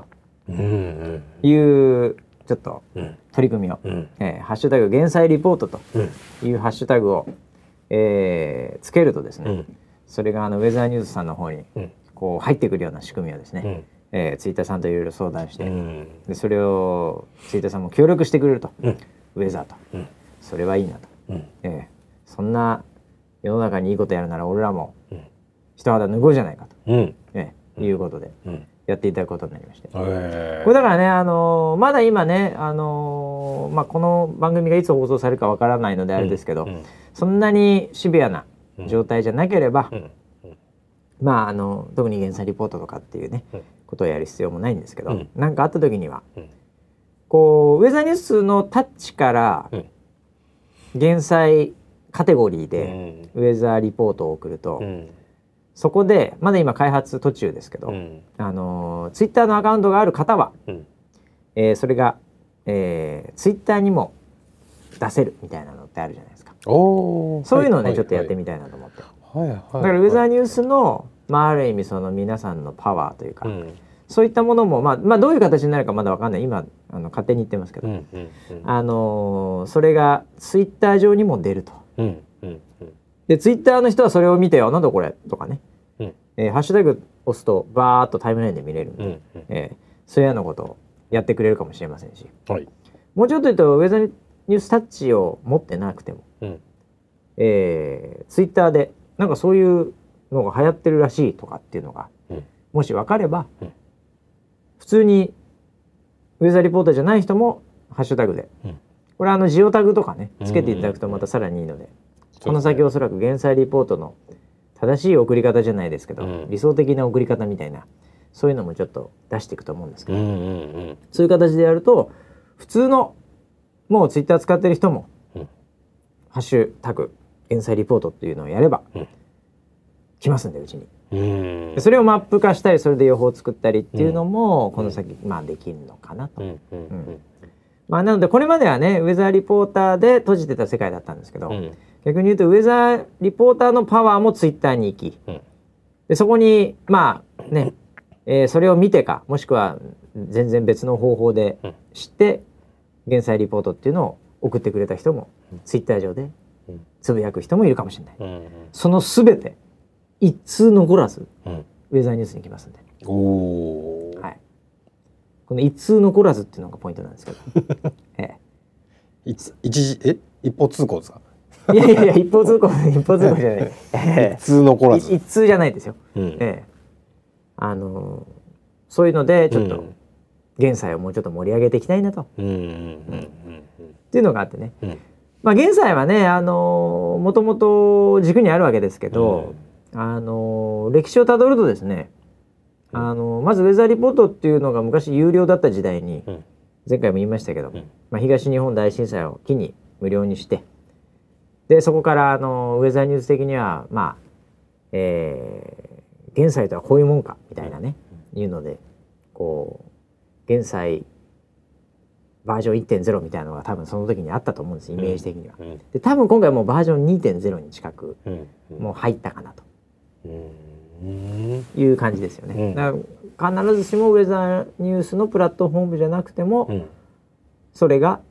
いうちょっと取り組みを、ハッシュタグ減災リポートというハッシュタグを、つけるとですね、それがウェザーニュースさんの方にこう入ってくるような仕組みをですね、ツイッターさんといろいろ相談して、でそれをツイッターさんも協力してくれると、ウェザーと、それはいいなと、そんな世の中にいいことやるなら俺らも一肌脱ごうじゃないかと、いうことで。やっていただくことになりまして、これだからね、まだ今ね、この番組がいつ放送されるかわからないのであれですけど、そんなにシビアな状態じゃなければ、特に減災リポートとかっていうね、ことをやる必要もないんですけど、何かあった時には、こうウェザーニュースのタッチから減災カテゴリーでウェザーリポートを送ると、そこでまだ今開発途中ですけど、ツイッターのアカウントがある方は、それが、ツイッターにも出せるみたいなのってあるじゃないですか。そういうのをね、ちょっとやってみたいなと思って。だからウェザーニュースの、ある意味その皆さんのパワーというか、そういったものもどういう形になるかまだ分かんない。今勝手に言ってますけど、それがツイッター上にも出ると。 でツイッターの人はそれを見てなんだこれとかね、ハッシュタグ押すとバーッとタイムラインで見れるんで、そういうようなことをやってくれるかもしれませんし、はい、もうちょっと言うとウェザーニュースタッチを持ってなくても、ツイッターでなんかそういうのが流行ってるらしいとかっていうのが、もし分かれば、普通にウェザーリポーターじゃない人もハッシュタグで、これジオタグとかねつけていただくとまたさらにいいので、この先おそらく減災リポートの正しい送り方じゃないですけど、理想的な送り方みたいなそういうのもちょっと出していくと思うんですけど、そういう形でやると普通のもうツイッター使ってる人も、ハッシュタグ減災リポートっていうのをやれば、来ますんでうちに。でそれをマップ化したりそれで予報を作ったりっていうのもこの先、できるのかなと。なのでこれまではねウェザーリポーターで閉じてた世界だったんですけど、逆に言うとウェザーリポーターのパワーもツイッターに行き、でそこにそれを見てかもしくは全然別の方法で知って減災リポートっていうのを送ってくれた人もツイッター上でつぶやく人もいるかもしれない、その全て一通残らず、ウェザーニュースに来ますんで、はい、この一通残らずっていうのがポイントなんですけど一方通行ですか？ いや一方通行じゃない一通残らず一通じゃないですよ、そういうのでちょっと減災をもうちょっと盛り上げていきたいなとっていうのがあってね、減災はねもともと軸にあるわけですけど、歴史をたどるとですね、まずウェザーリポートっていうのが昔有料だった時代に、前回も言いましたけど、東日本大震災を機に無料にして、でそこからウェザーニュース的には減災とはこういうもんかみたいなね、いうのでこう減災バージョン 1.0 みたいなのが多分その時にあったと思うんですイメージ的には。で多分今回もうバージョン 2.0 に近くもう入ったかなという感じですよね。だから必ずしもウェザーニュースのプラットフォームじゃなくても、それが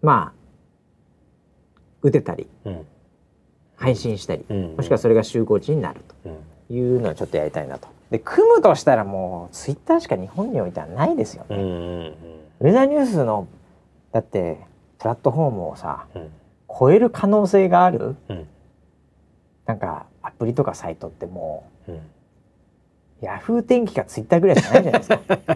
打てたり、配信したり、もしくはそれが集合値になるというのはちょっとやりたいなと。で組むとしたらもうツイッターしか日本においてはないですよね。ウェザーニュースのだってプラットフォームをさ、超える可能性がある、なんかアプリとかサイトってもう、ヤフー天気かツイッターぐらいしかないじゃないです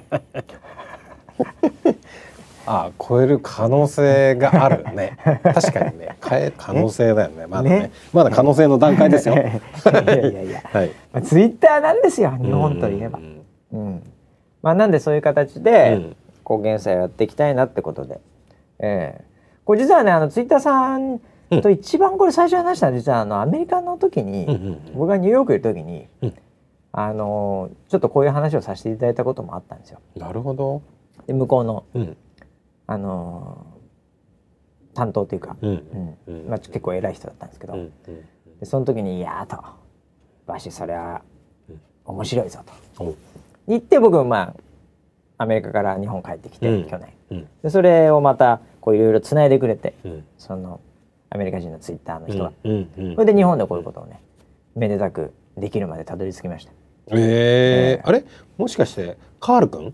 か。 超える可能性があるね。確かにね、可能性だよね。まだね、まだ可能性の段階ですよ。いや、 ツイッターなんですよ、日本といえば。なんでそういう形で減災をやっていきたいなってことで、これ実はねツイッターさんと一番これ最初話したのは実はアメリカの時に、僕がニューヨークいる時に、ちょっとこういう話をさせていただいたこともあったんですよ。 なるほど。 で向こうの、担当というか、結構偉い人だったんですけど、でその時に「いや」と「バシそれは面白いぞ」と言って僕アメリカから日本帰ってきて、去年、でそれをまたこういろいろつないでくれて、そのアメリカ人のツイッターの人が、それで日本でこういうことをねめでたくできるまでたどり着きました。 あれもしかしてカール君？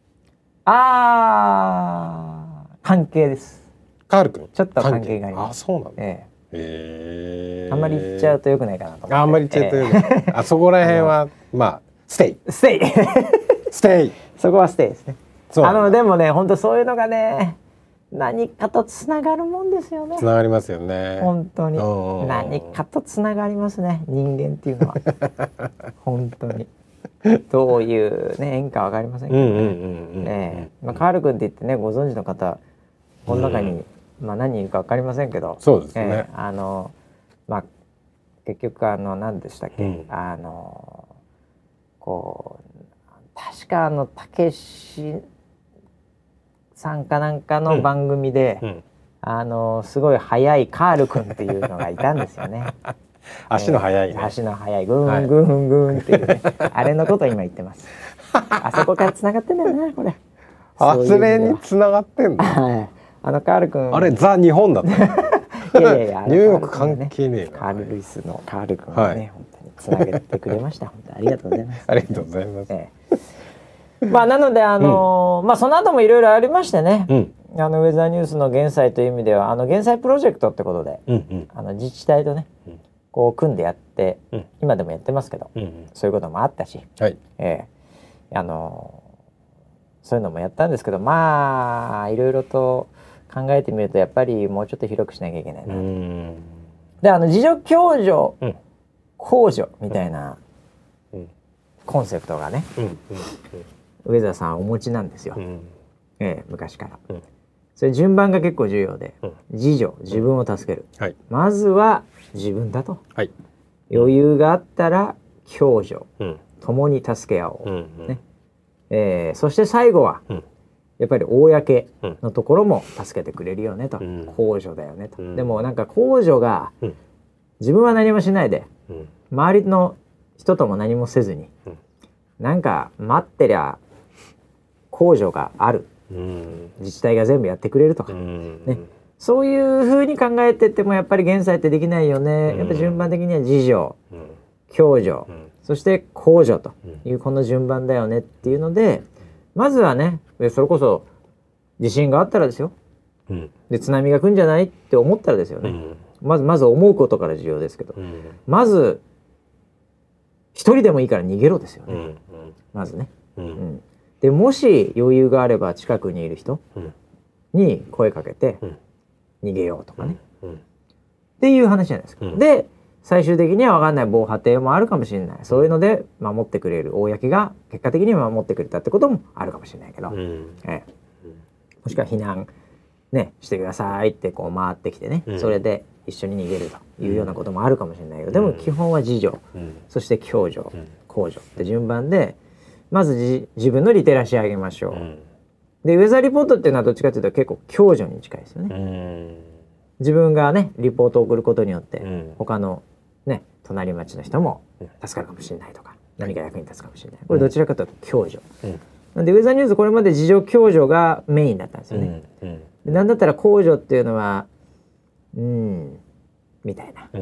関係です。 カール君ちょっと関係があります。 そうなんだ。 あんまり言っちゃうと良くないかなと思って。 あんまり言っちゃうと良くない。そこら辺はステイそこはステイですね。でもね本当そういうのがね何かとつながるもんですよね。 つながりますよね。 本当に何かとつながりますね、人間っていうのは。本当にどういうね縁かわかりませんけどね。カール君って言ってねご存知の方この中に何人いるかわかりませんけど、 そうですね。 結局何でしたっけ、確かたけしさんかなんかの番組で、すごい速いカール君っていうのがいたんですよね。 足の速い、 足の速いグーングーングーンっていうね、あれのことを今言ってます。あそこから繋がってんだよなこれ。 それに繋がってんの。 カール君あれザ日本だった。 いやいやニューヨーク関係ねえな。 カール・ルイスのカール君がね、本当につなげてくれました。本当にありがとうございます。 ありがとうございます。 まあなのでまあその後もいろいろありましてね、ウェザーニュースの減災という意味では減災プロジェクトってことで、自治体とね、こう組んでやって、今でもやってますけど、そういうこともあったし、そういうのもやったんですけど、まあいろいろと考えてみるとやっぱりもうちょっと広くしなきゃいけないな。で自助共助、公助みたいなコンセプトがね、ウェザーさんお持ちなんですよ、昔から、それ順番が結構重要で、自助、自分を助ける、まずは自分だと、余裕があったら共助、共に助け合おう、ね、そして最後は、やっぱり公のところも助けてくれるよねと、公助だよねと、でもなんか公助が、自分は何もしないで、周りの人とも何もせずに、なんか待ってりゃ公助がある、自治体が全部やってくれるとか、ね、そういう風に考えてってもやっぱり減災ってできないよね。やっぱ順番的には自助、共助、そして公助というこの順番だよねっていうので、まずはね、それこそ地震があったらですよ、で津波が来るんじゃないって思ったらですよね、まず思うことから重要ですけど、まず一人でもいいから逃げろですよね、まずね、でもし余裕があれば近くにいる人に声かけて逃げようとかね、っていう話じゃないですか、で最終的には分かんない防波堤もあるかもしれない、そういうので守ってくれる、公が結果的には守ってくれたってこともあるかもしれないけど、もしくは避難ねしてくださいってこう回ってきてね、それで一緒に逃げるというようなこともあるかもしれないけど、でも基本は自助、そして共助、公助って順番でまず自分のリテラシー上げましょう、でウェザーリポートっていうのはどっちかというと結構共助に近いですよね、自分がねリポートを送ることによって、他のね隣町の人も助かるかもしれないとか、何か役に立つかもしれない、これどちらかというと共助、なんでウェザーニュースこれまで自助共助がメインだったんですよね、でなんだったら公助っていうのはみたいな、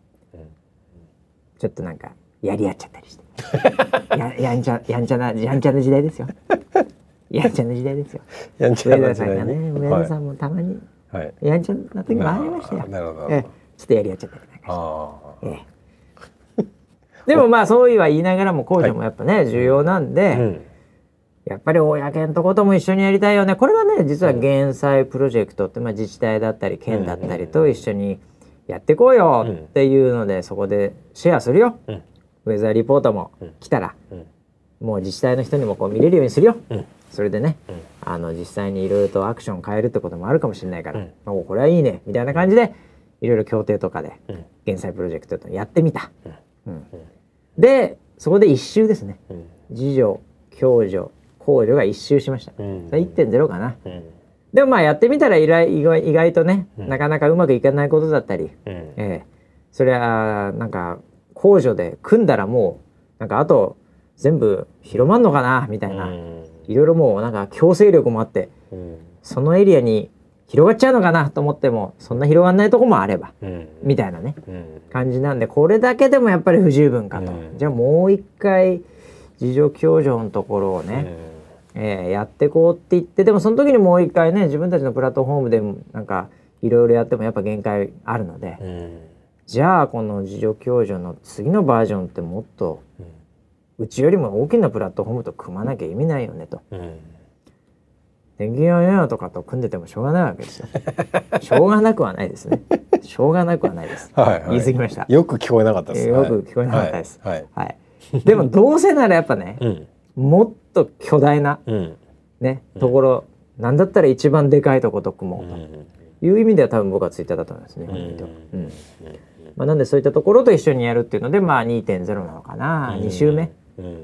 ちょっとなんかやり合っちゃったりしてやんちゃな時代ですよやんちゃな時代ですよ。やんちゃな時代ね。上田さんもたまにやんちゃな時もありましたよ。なるほど。ちょっとやり合っちゃったりなんかして。でもまあそうは言いながらも公助もやっぱね重要なんで、やっぱり公のとことも一緒にやりたいよね。これはね実は減災プロジェクトって自治体だったり県だったりと一緒にやっていこうよっていうので、そこでシェアするよ。ウェザーリポートも来たら、もう自治体の人にもこう見れるようにするよ。それでね、実際にいろいろとアクション変えるってこともあるかもしれないから、これはいいねみたいな感じでいろいろ協定とかで減災プロジェクトとやってみた。でそこで一周ですね。自助、共助、公助が一周しました。1.0 かな。でもまあやってみたら意外とね、なかなかうまくいかないことだったり、それはなんか公助で組んだらもうなんかあと全部広まんのかなみたいな、いろいろもうなんか強制力もあって、そのエリアに広がっちゃうのかなと思ってもそんな広がんないとこもあれば、みたいなね、感じなんで、これだけでもやっぱり不十分かと、じゃあもう一回自助共助のところをね、やってこうって言って、でもその時にもう一回ね自分たちのプラットフォームでなんかいろいろやってもやっぱ限界あるので、じゃあこの自助共助の次のバージョンってもっとうちよりも大きなプラットフォームと組まなきゃ意味ないよねと、電気屋やとかと組んでてもしょうがないわけですよしょうがなくはないですねしょうがなくはないです、言い過ぎました。 よく聞こえなかったです、 よく聞こえなかったです、でもどうせならやっぱね、もっと巨大な、ねところ、なんだったら一番でかいとこと組もうという意味では多分僕はツイッターだと思いますね。なんでそういったところと一緒にやるっていうので2.0 なのかな、2週目、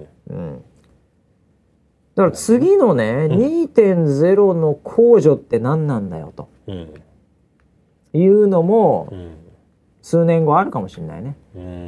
だから次のね、2.0 の公助って何なんだよと、いうのも、数年後あるかもしれないね。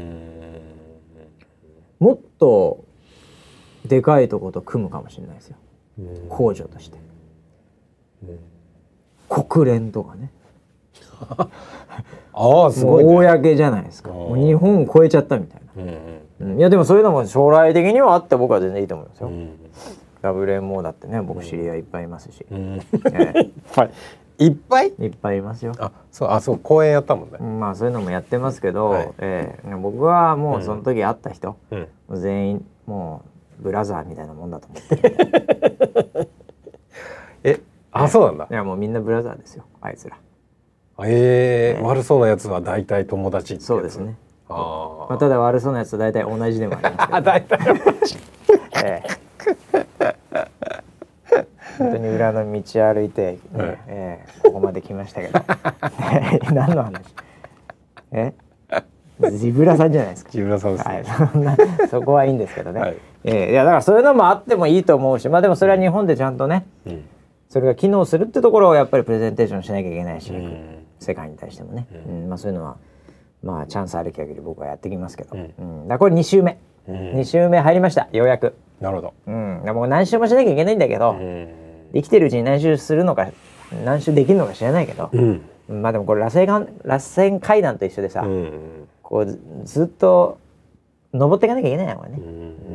もっとでかいとこと組むかもしれないですよ、公助として。国連とかね、 ああすごい、 ね、公じゃないですか。もう日本超えちゃったみたいな、いやでもそういうのも将来的にはあって僕は全然いいと思いますよ、WMO だってね僕知り合いいっぱいいますし、 いっぱいいっぱいいますよ。 そう公演やったもんね。 まあそういうのもやってますけど、僕はもうその時会った人、全員もうブラザーみたいなもんだと思ってるそうなんだ。 いやもうみんなブラザーですよあいつら。 悪そうなやつは大体友達ってやつ。 そうですね。ただ悪そうなやつと大体同じでもありますけど、 大体本当に裏の道歩いて、ここまで来ましたけど何の話？ジブラさんじゃないですか。 ジブラさんですね。 そこはいいんですけどね、いやだからそういうのもあってもいいと思うし、まあでもそれは日本でちゃんとね、それが機能するってところをやっぱりプレゼンテーションしなきゃいけないし、世界に対してもね、まあそういうのはまあチャンスある限り僕はやってきますけど、だからこれ2週目、2週目入りましたようやく。 なるほど。 でも何週もしなきゃいけないんだけど、生きてるうちに何週するのか何週できるのか知らないけど、まあでもこれ螺旋階段と一緒でさ、こうずっと登っていかなきゃいけないのこれね。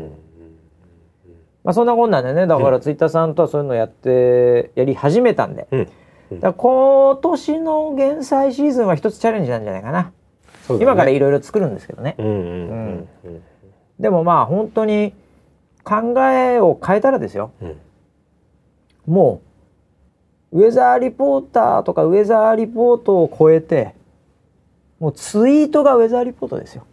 まあそんなこんなんでね、だからツイッターさんとはそういうのやり始めたんで、だから今年の減災シーズンは一つチャレンジなんじゃないかな。今からいろいろ作るんですけどね。でもまあ本当に考えを変えたらですよ、もうウェザーリポーターとかウェザーリポートを超えて、もうツイートがウェザーリポートですよ、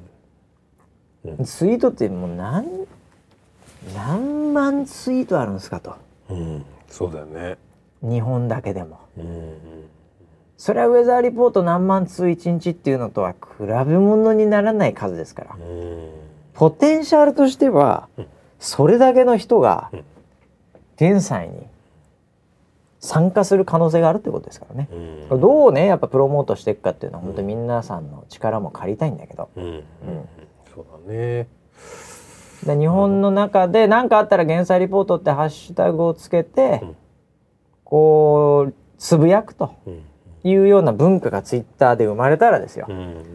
ツイートってもう何万ツイートあるんですかと、 そうだよね、 日本だけでも、それはウェザーリポート何万通1日っていうのとは比べ物にならない数ですから、ポテンシャルとしてはそれだけの人が減災に参加する可能性があるってことですからね、どうねやっぱプロモートしていくかっていうのは本当に皆さんの力も借りたいんだけど、 そうだね。 で日本の中で何かあったら減災リポートってハッシュタグをつけて、こうつぶやくというような文化がツイッターで生まれたらですよ、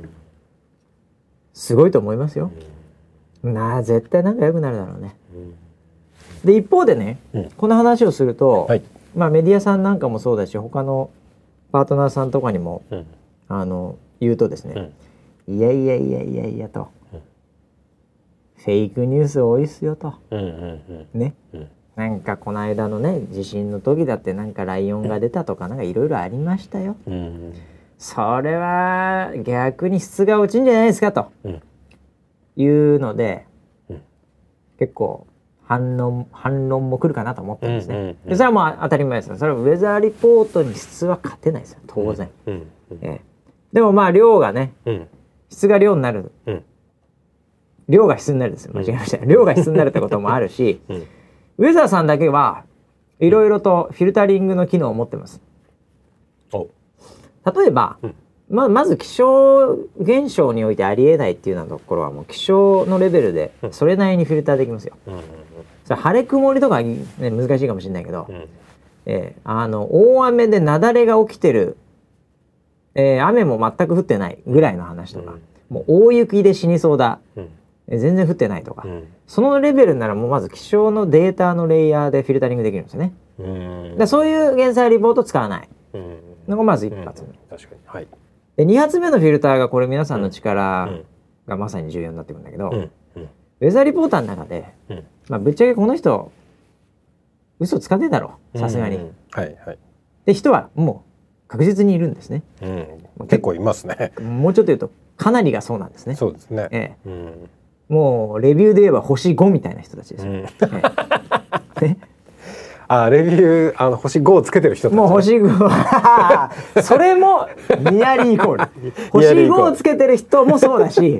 すごいと思いますよ、絶対仲良くなるだろうね、で一方でね、この話をすると、まあメディアさんなんかもそうだし他のパートナーさんとかにも、言うとですね、いやいやと、フェイクニュース多いっすよと、ね、なんかこの間のね地震の時だってなんかライオンが出たとかなんかいろいろありましたよ、それは逆に質が落ちんじゃないですかと、いうので、結構反論も来るかなと思ってるんですね、でそれはもう当たり前ですよ。それはウェザーリポートに質は勝てないですよ当然、でもまあ量がね、質が量になる、量が質になるですよ、間違えました、量が質になるってこともあるし、ウェザーさんだけはいろいろとフィルタリングの機能を持ってます。例えば、まず気象現象においてありえないっていうようなところはもう気象のレベルでそれなりにフィルターできますよ。それ晴れ曇りとか、ね、難しいかもしれないけど、大雨で雪崩が起きてる、雨も全く降ってないぐらいの話とか、もう大雪で死にそうだ、全然降ってないとか、そのレベルならもうまず気象のデータのレイヤーでフィルタリングできるんですよね。だそういう減災リポートを使わないのがまず一発目。 確かに、はい。 で2発目のフィルターがこれ皆さんの力がまさに重要になってくるんだけど、ウェザーリポーターの中で、ぶっちゃけこの人嘘つかねえだろさすがに、で人はもう確実にいるんですね、 結構いますね。 もうちょっと言うとかなりがそうなんですね。 そうですね、 もうレビューで言えば星5みたいな人たちですよ、レビュー星5をつけてる人たち、 もう星5それもニアリーイコール星5をつけてる人もそうだし、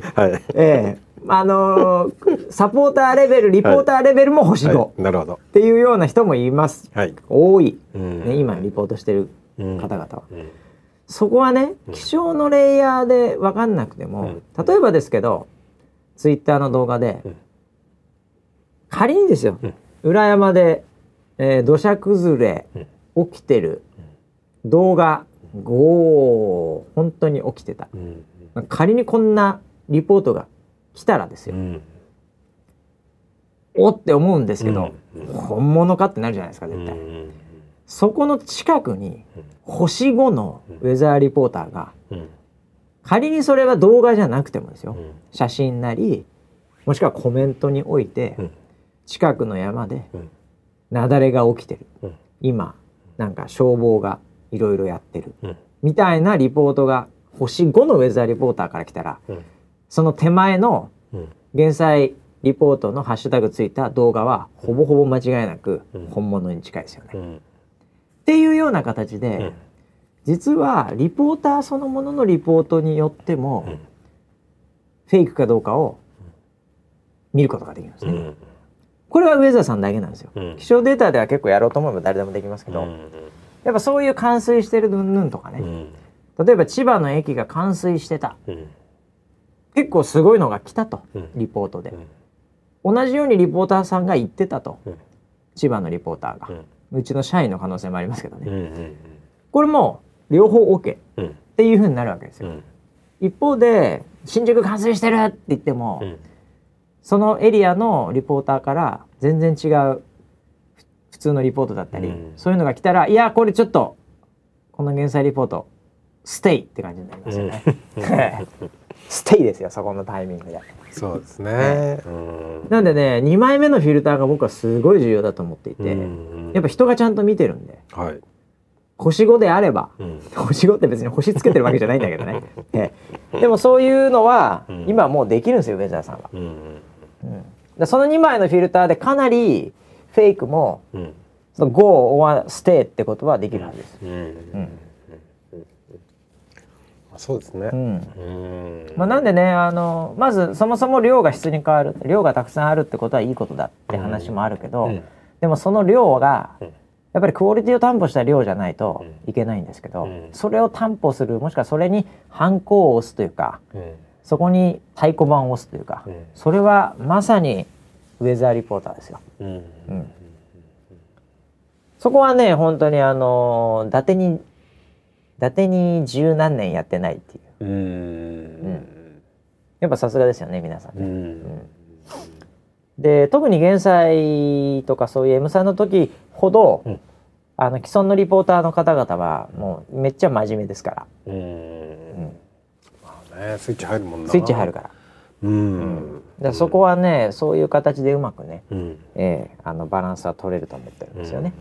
サポーターレベルリポーターレベルも星5、なるほどっていうような人もいます、多い、今リポートしてる方々は、そこはね気象のレイヤーで分かんなくても、例えばですけどツイッターの動画で、仮にですよ、裏山で土砂崩れ起きてる動画本当に起きてた、仮にこんなリポートが来たらですよ、おって思うんですけど、本物かってなるじゃないですか絶対、そこの近くに星5のウェザーリポーターが、仮にそれは動画じゃなくてもですよ、写真なりもしくはコメントにおいて、近くの山で雪崩が起きてる、今なんか消防がいろいろやってる、みたいなリポートが星5のウェザーリポーターから来たら、その手前の減災リポートのハッシュタグついた動画はほぼほぼ間違いなく本物に近いですよね。っていうような形で、実はリポーターそのもののリポートによっても、フェイクかどうかを見ることができるんですね。これはウェザーさんだけなんですよ。気象データでは結構やろうと思えば誰でもできますけど、やっぱそういう冠水してる云々とかね、例えば千葉の駅が冠水してた、結構すごいのが来たと、リポートで、同じようにリポーターさんが言ってたと、千葉のリポーターが、うちの社員の可能性もありますけどね、これも両方 OK っていう風になるわけですよ。一方で新宿冠水してるって言っても、そのエリアのリポーターから全然違う普通のリポートだったり、そういうのが来たら、いやこれちょっとこの減災リポートステイって感じになりますよね。ステイですよ、そこのタイミングで。 そうですね。 なんでね、2枚目のフィルターが僕はすごい重要だと思っていて、やっぱ人がちゃんと見てるんで、星5であれば、星5って別に星つけてるわけじゃないんだけどね。でもそういうのは今もうできるんですよ、ウェザーさんは。その2枚のフィルターでかなりフェイクも、その Go or Stay ってことはできるはずです。 そうですね。 なんでね、まずそもそも量が質に変わる、量がたくさんあるってことはいいことだって話もあるけど、でもその量がやっぱりクオリティを担保した量じゃないといけないんですけど、それを担保する、もしくはそれにハンコを押すというか、そこに太鼓判を押すというか、それはまさにウェザーリポーターですよ。そこはね、本当に伊達に十何年やってないっていう、やっぱさすがですよね、皆さんね。で、特に減災とかそういう M さんの時ほど、既存のリポーターの方々はもうめっちゃ真面目ですから。 スイッチ入るもんな。 スイッチ入るから。そこはね、そういう形でうまくね、バランスは取れると思ってるんですよね。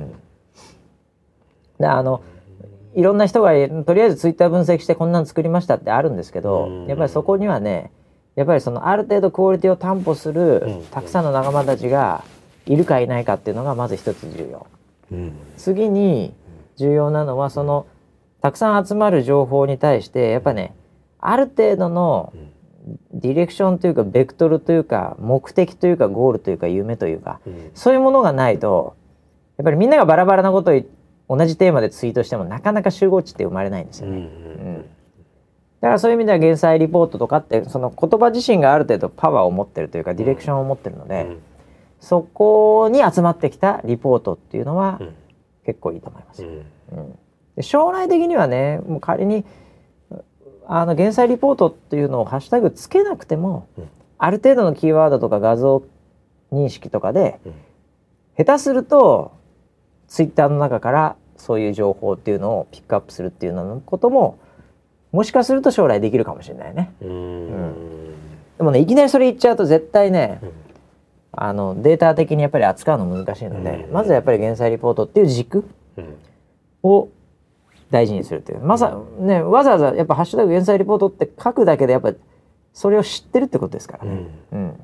で、いろんな人がとりあえずツイッター分析してこんなの作りましたってあるんですけど、やっぱりそこにはね、やっぱりそのある程度クオリティを担保するたくさんの仲間たちがいるかいないかっていうのがまず一つ重要。次に重要なのは、そのたくさん集まる情報に対してやっぱね、ある程度のディレクションというかベクトルというか目的というかゴールというか夢というか、そういうものがないと、やっぱりみんながバラバラなことを同じテーマでツイートしてもなかなか集合値って生まれないんですよね。だからそういう意味では減災リポートとかって、その言葉自身がある程度パワーを持ってるというかディレクションを持ってるので、そこに集まってきたリポートっていうのは結構いいと思います。で、将来的にはね、もう仮に減災リポートっていうのをハッシュタグつけなくても、ある程度のキーワードとか画像認識とかで、下手するとツイッターの中からそういう情報っていうのをピックアップするっていうようなことももしかすると将来できるかもしれないね。でもね、いきなりそれ言っちゃうと絶対ね、データ的にやっぱり扱うの難しいので、まずはやっぱり減災リポートっていう軸を大事にするっていう、わざわざやっぱハッシュタグ減災リポートって書くだけでやっぱりそれを知ってるってことですからね。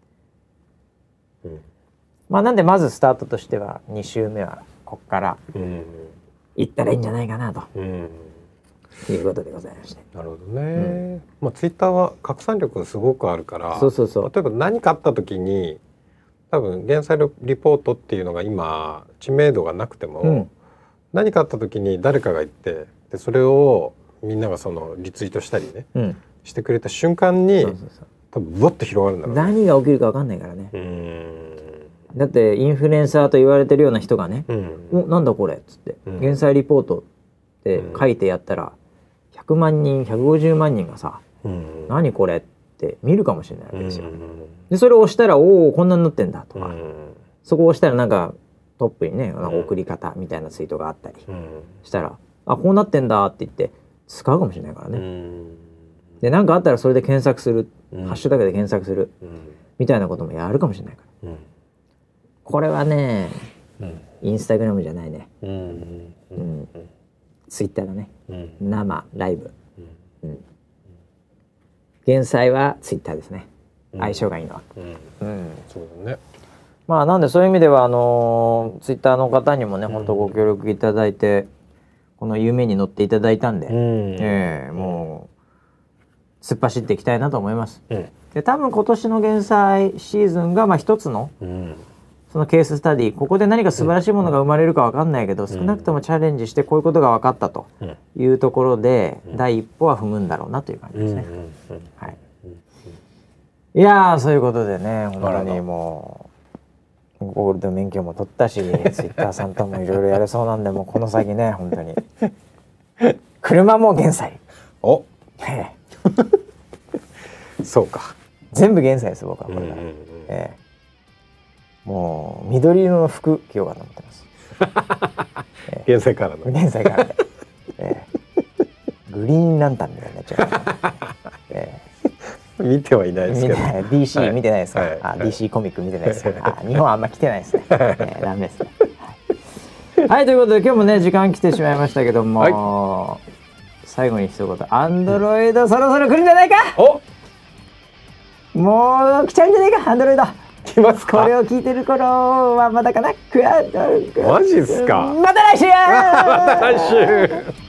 なんでまずスタートとしては2週目はここから行ったらいいんじゃないかなということでございまして。 なるほどね。ツイッターは拡散力がすごくあるから、例えば何かあった時に多分減災リポートっていうのが今知名度がなくても、何かあった時に誰かが言って、でそれをみんながそのリツイートしたりね、してくれた瞬間に多分ブワッと広がるんだろうね。 何が起きるか分かんないからね。だってインフルエンサーと言われてるような人がね、なんだこれっつって、減災リポートっで書いてやったら100万人150万人がさ、何これって見るかもしれないわけですよ。でそれを押したらおおこんなになってんだとか、そこを押したらなんかトップにね送り方みたいなツイートがあったりしたら、あこうなってんだって言って使うかもしれないからね。で何かあったらそれで検索する、ハッシュタグで検索する、みたいなこともやるかもしれないから、これはね、インスタグラムじゃないね、ツイッターだね、生ライブ、減災はツイッターですね、相性がいいのは。 そうだね。 まあなんでそういう意味ではツイッターの方にもね本当ご協力いただいて、この夢に乗っていただいたんで、もう突っ走っていきたいなと思います。で多分今年の減災シーズンがまあ一つの、そのケーススタディ、ここで何か素晴らしいものが生まれるか分かんないけど、少なくともチャレンジしてこういうことが分かったというところで、第一歩は踏むんだろうなという感じですね。はい。いやーそういうことでね、本当にもうゴールド免許も取ったし、ツイッターさんともいろいろやれそうなんで、もうこの先ね本当に車も減災。 おそうか。 全部減災です僕はこれから。もう緑色の服着ようかと思ってます。 減災からの。 減災からで。グリーンランタンみたいになっちゃう。見てはいないですけど。 DC 見てないですか。DC コミック見てないですか。日本あんま来てないですね。ダメですね。はい、ということで今日もね時間来てしまいましたけども、最後に一言、アンドロイドそろそろ来るんじゃないか。もう来ちゃうんじゃないか、アンドロイド。 来ますか。 これを聞いてる頃はまだかな。 マジっすか。 また来週。 また来週。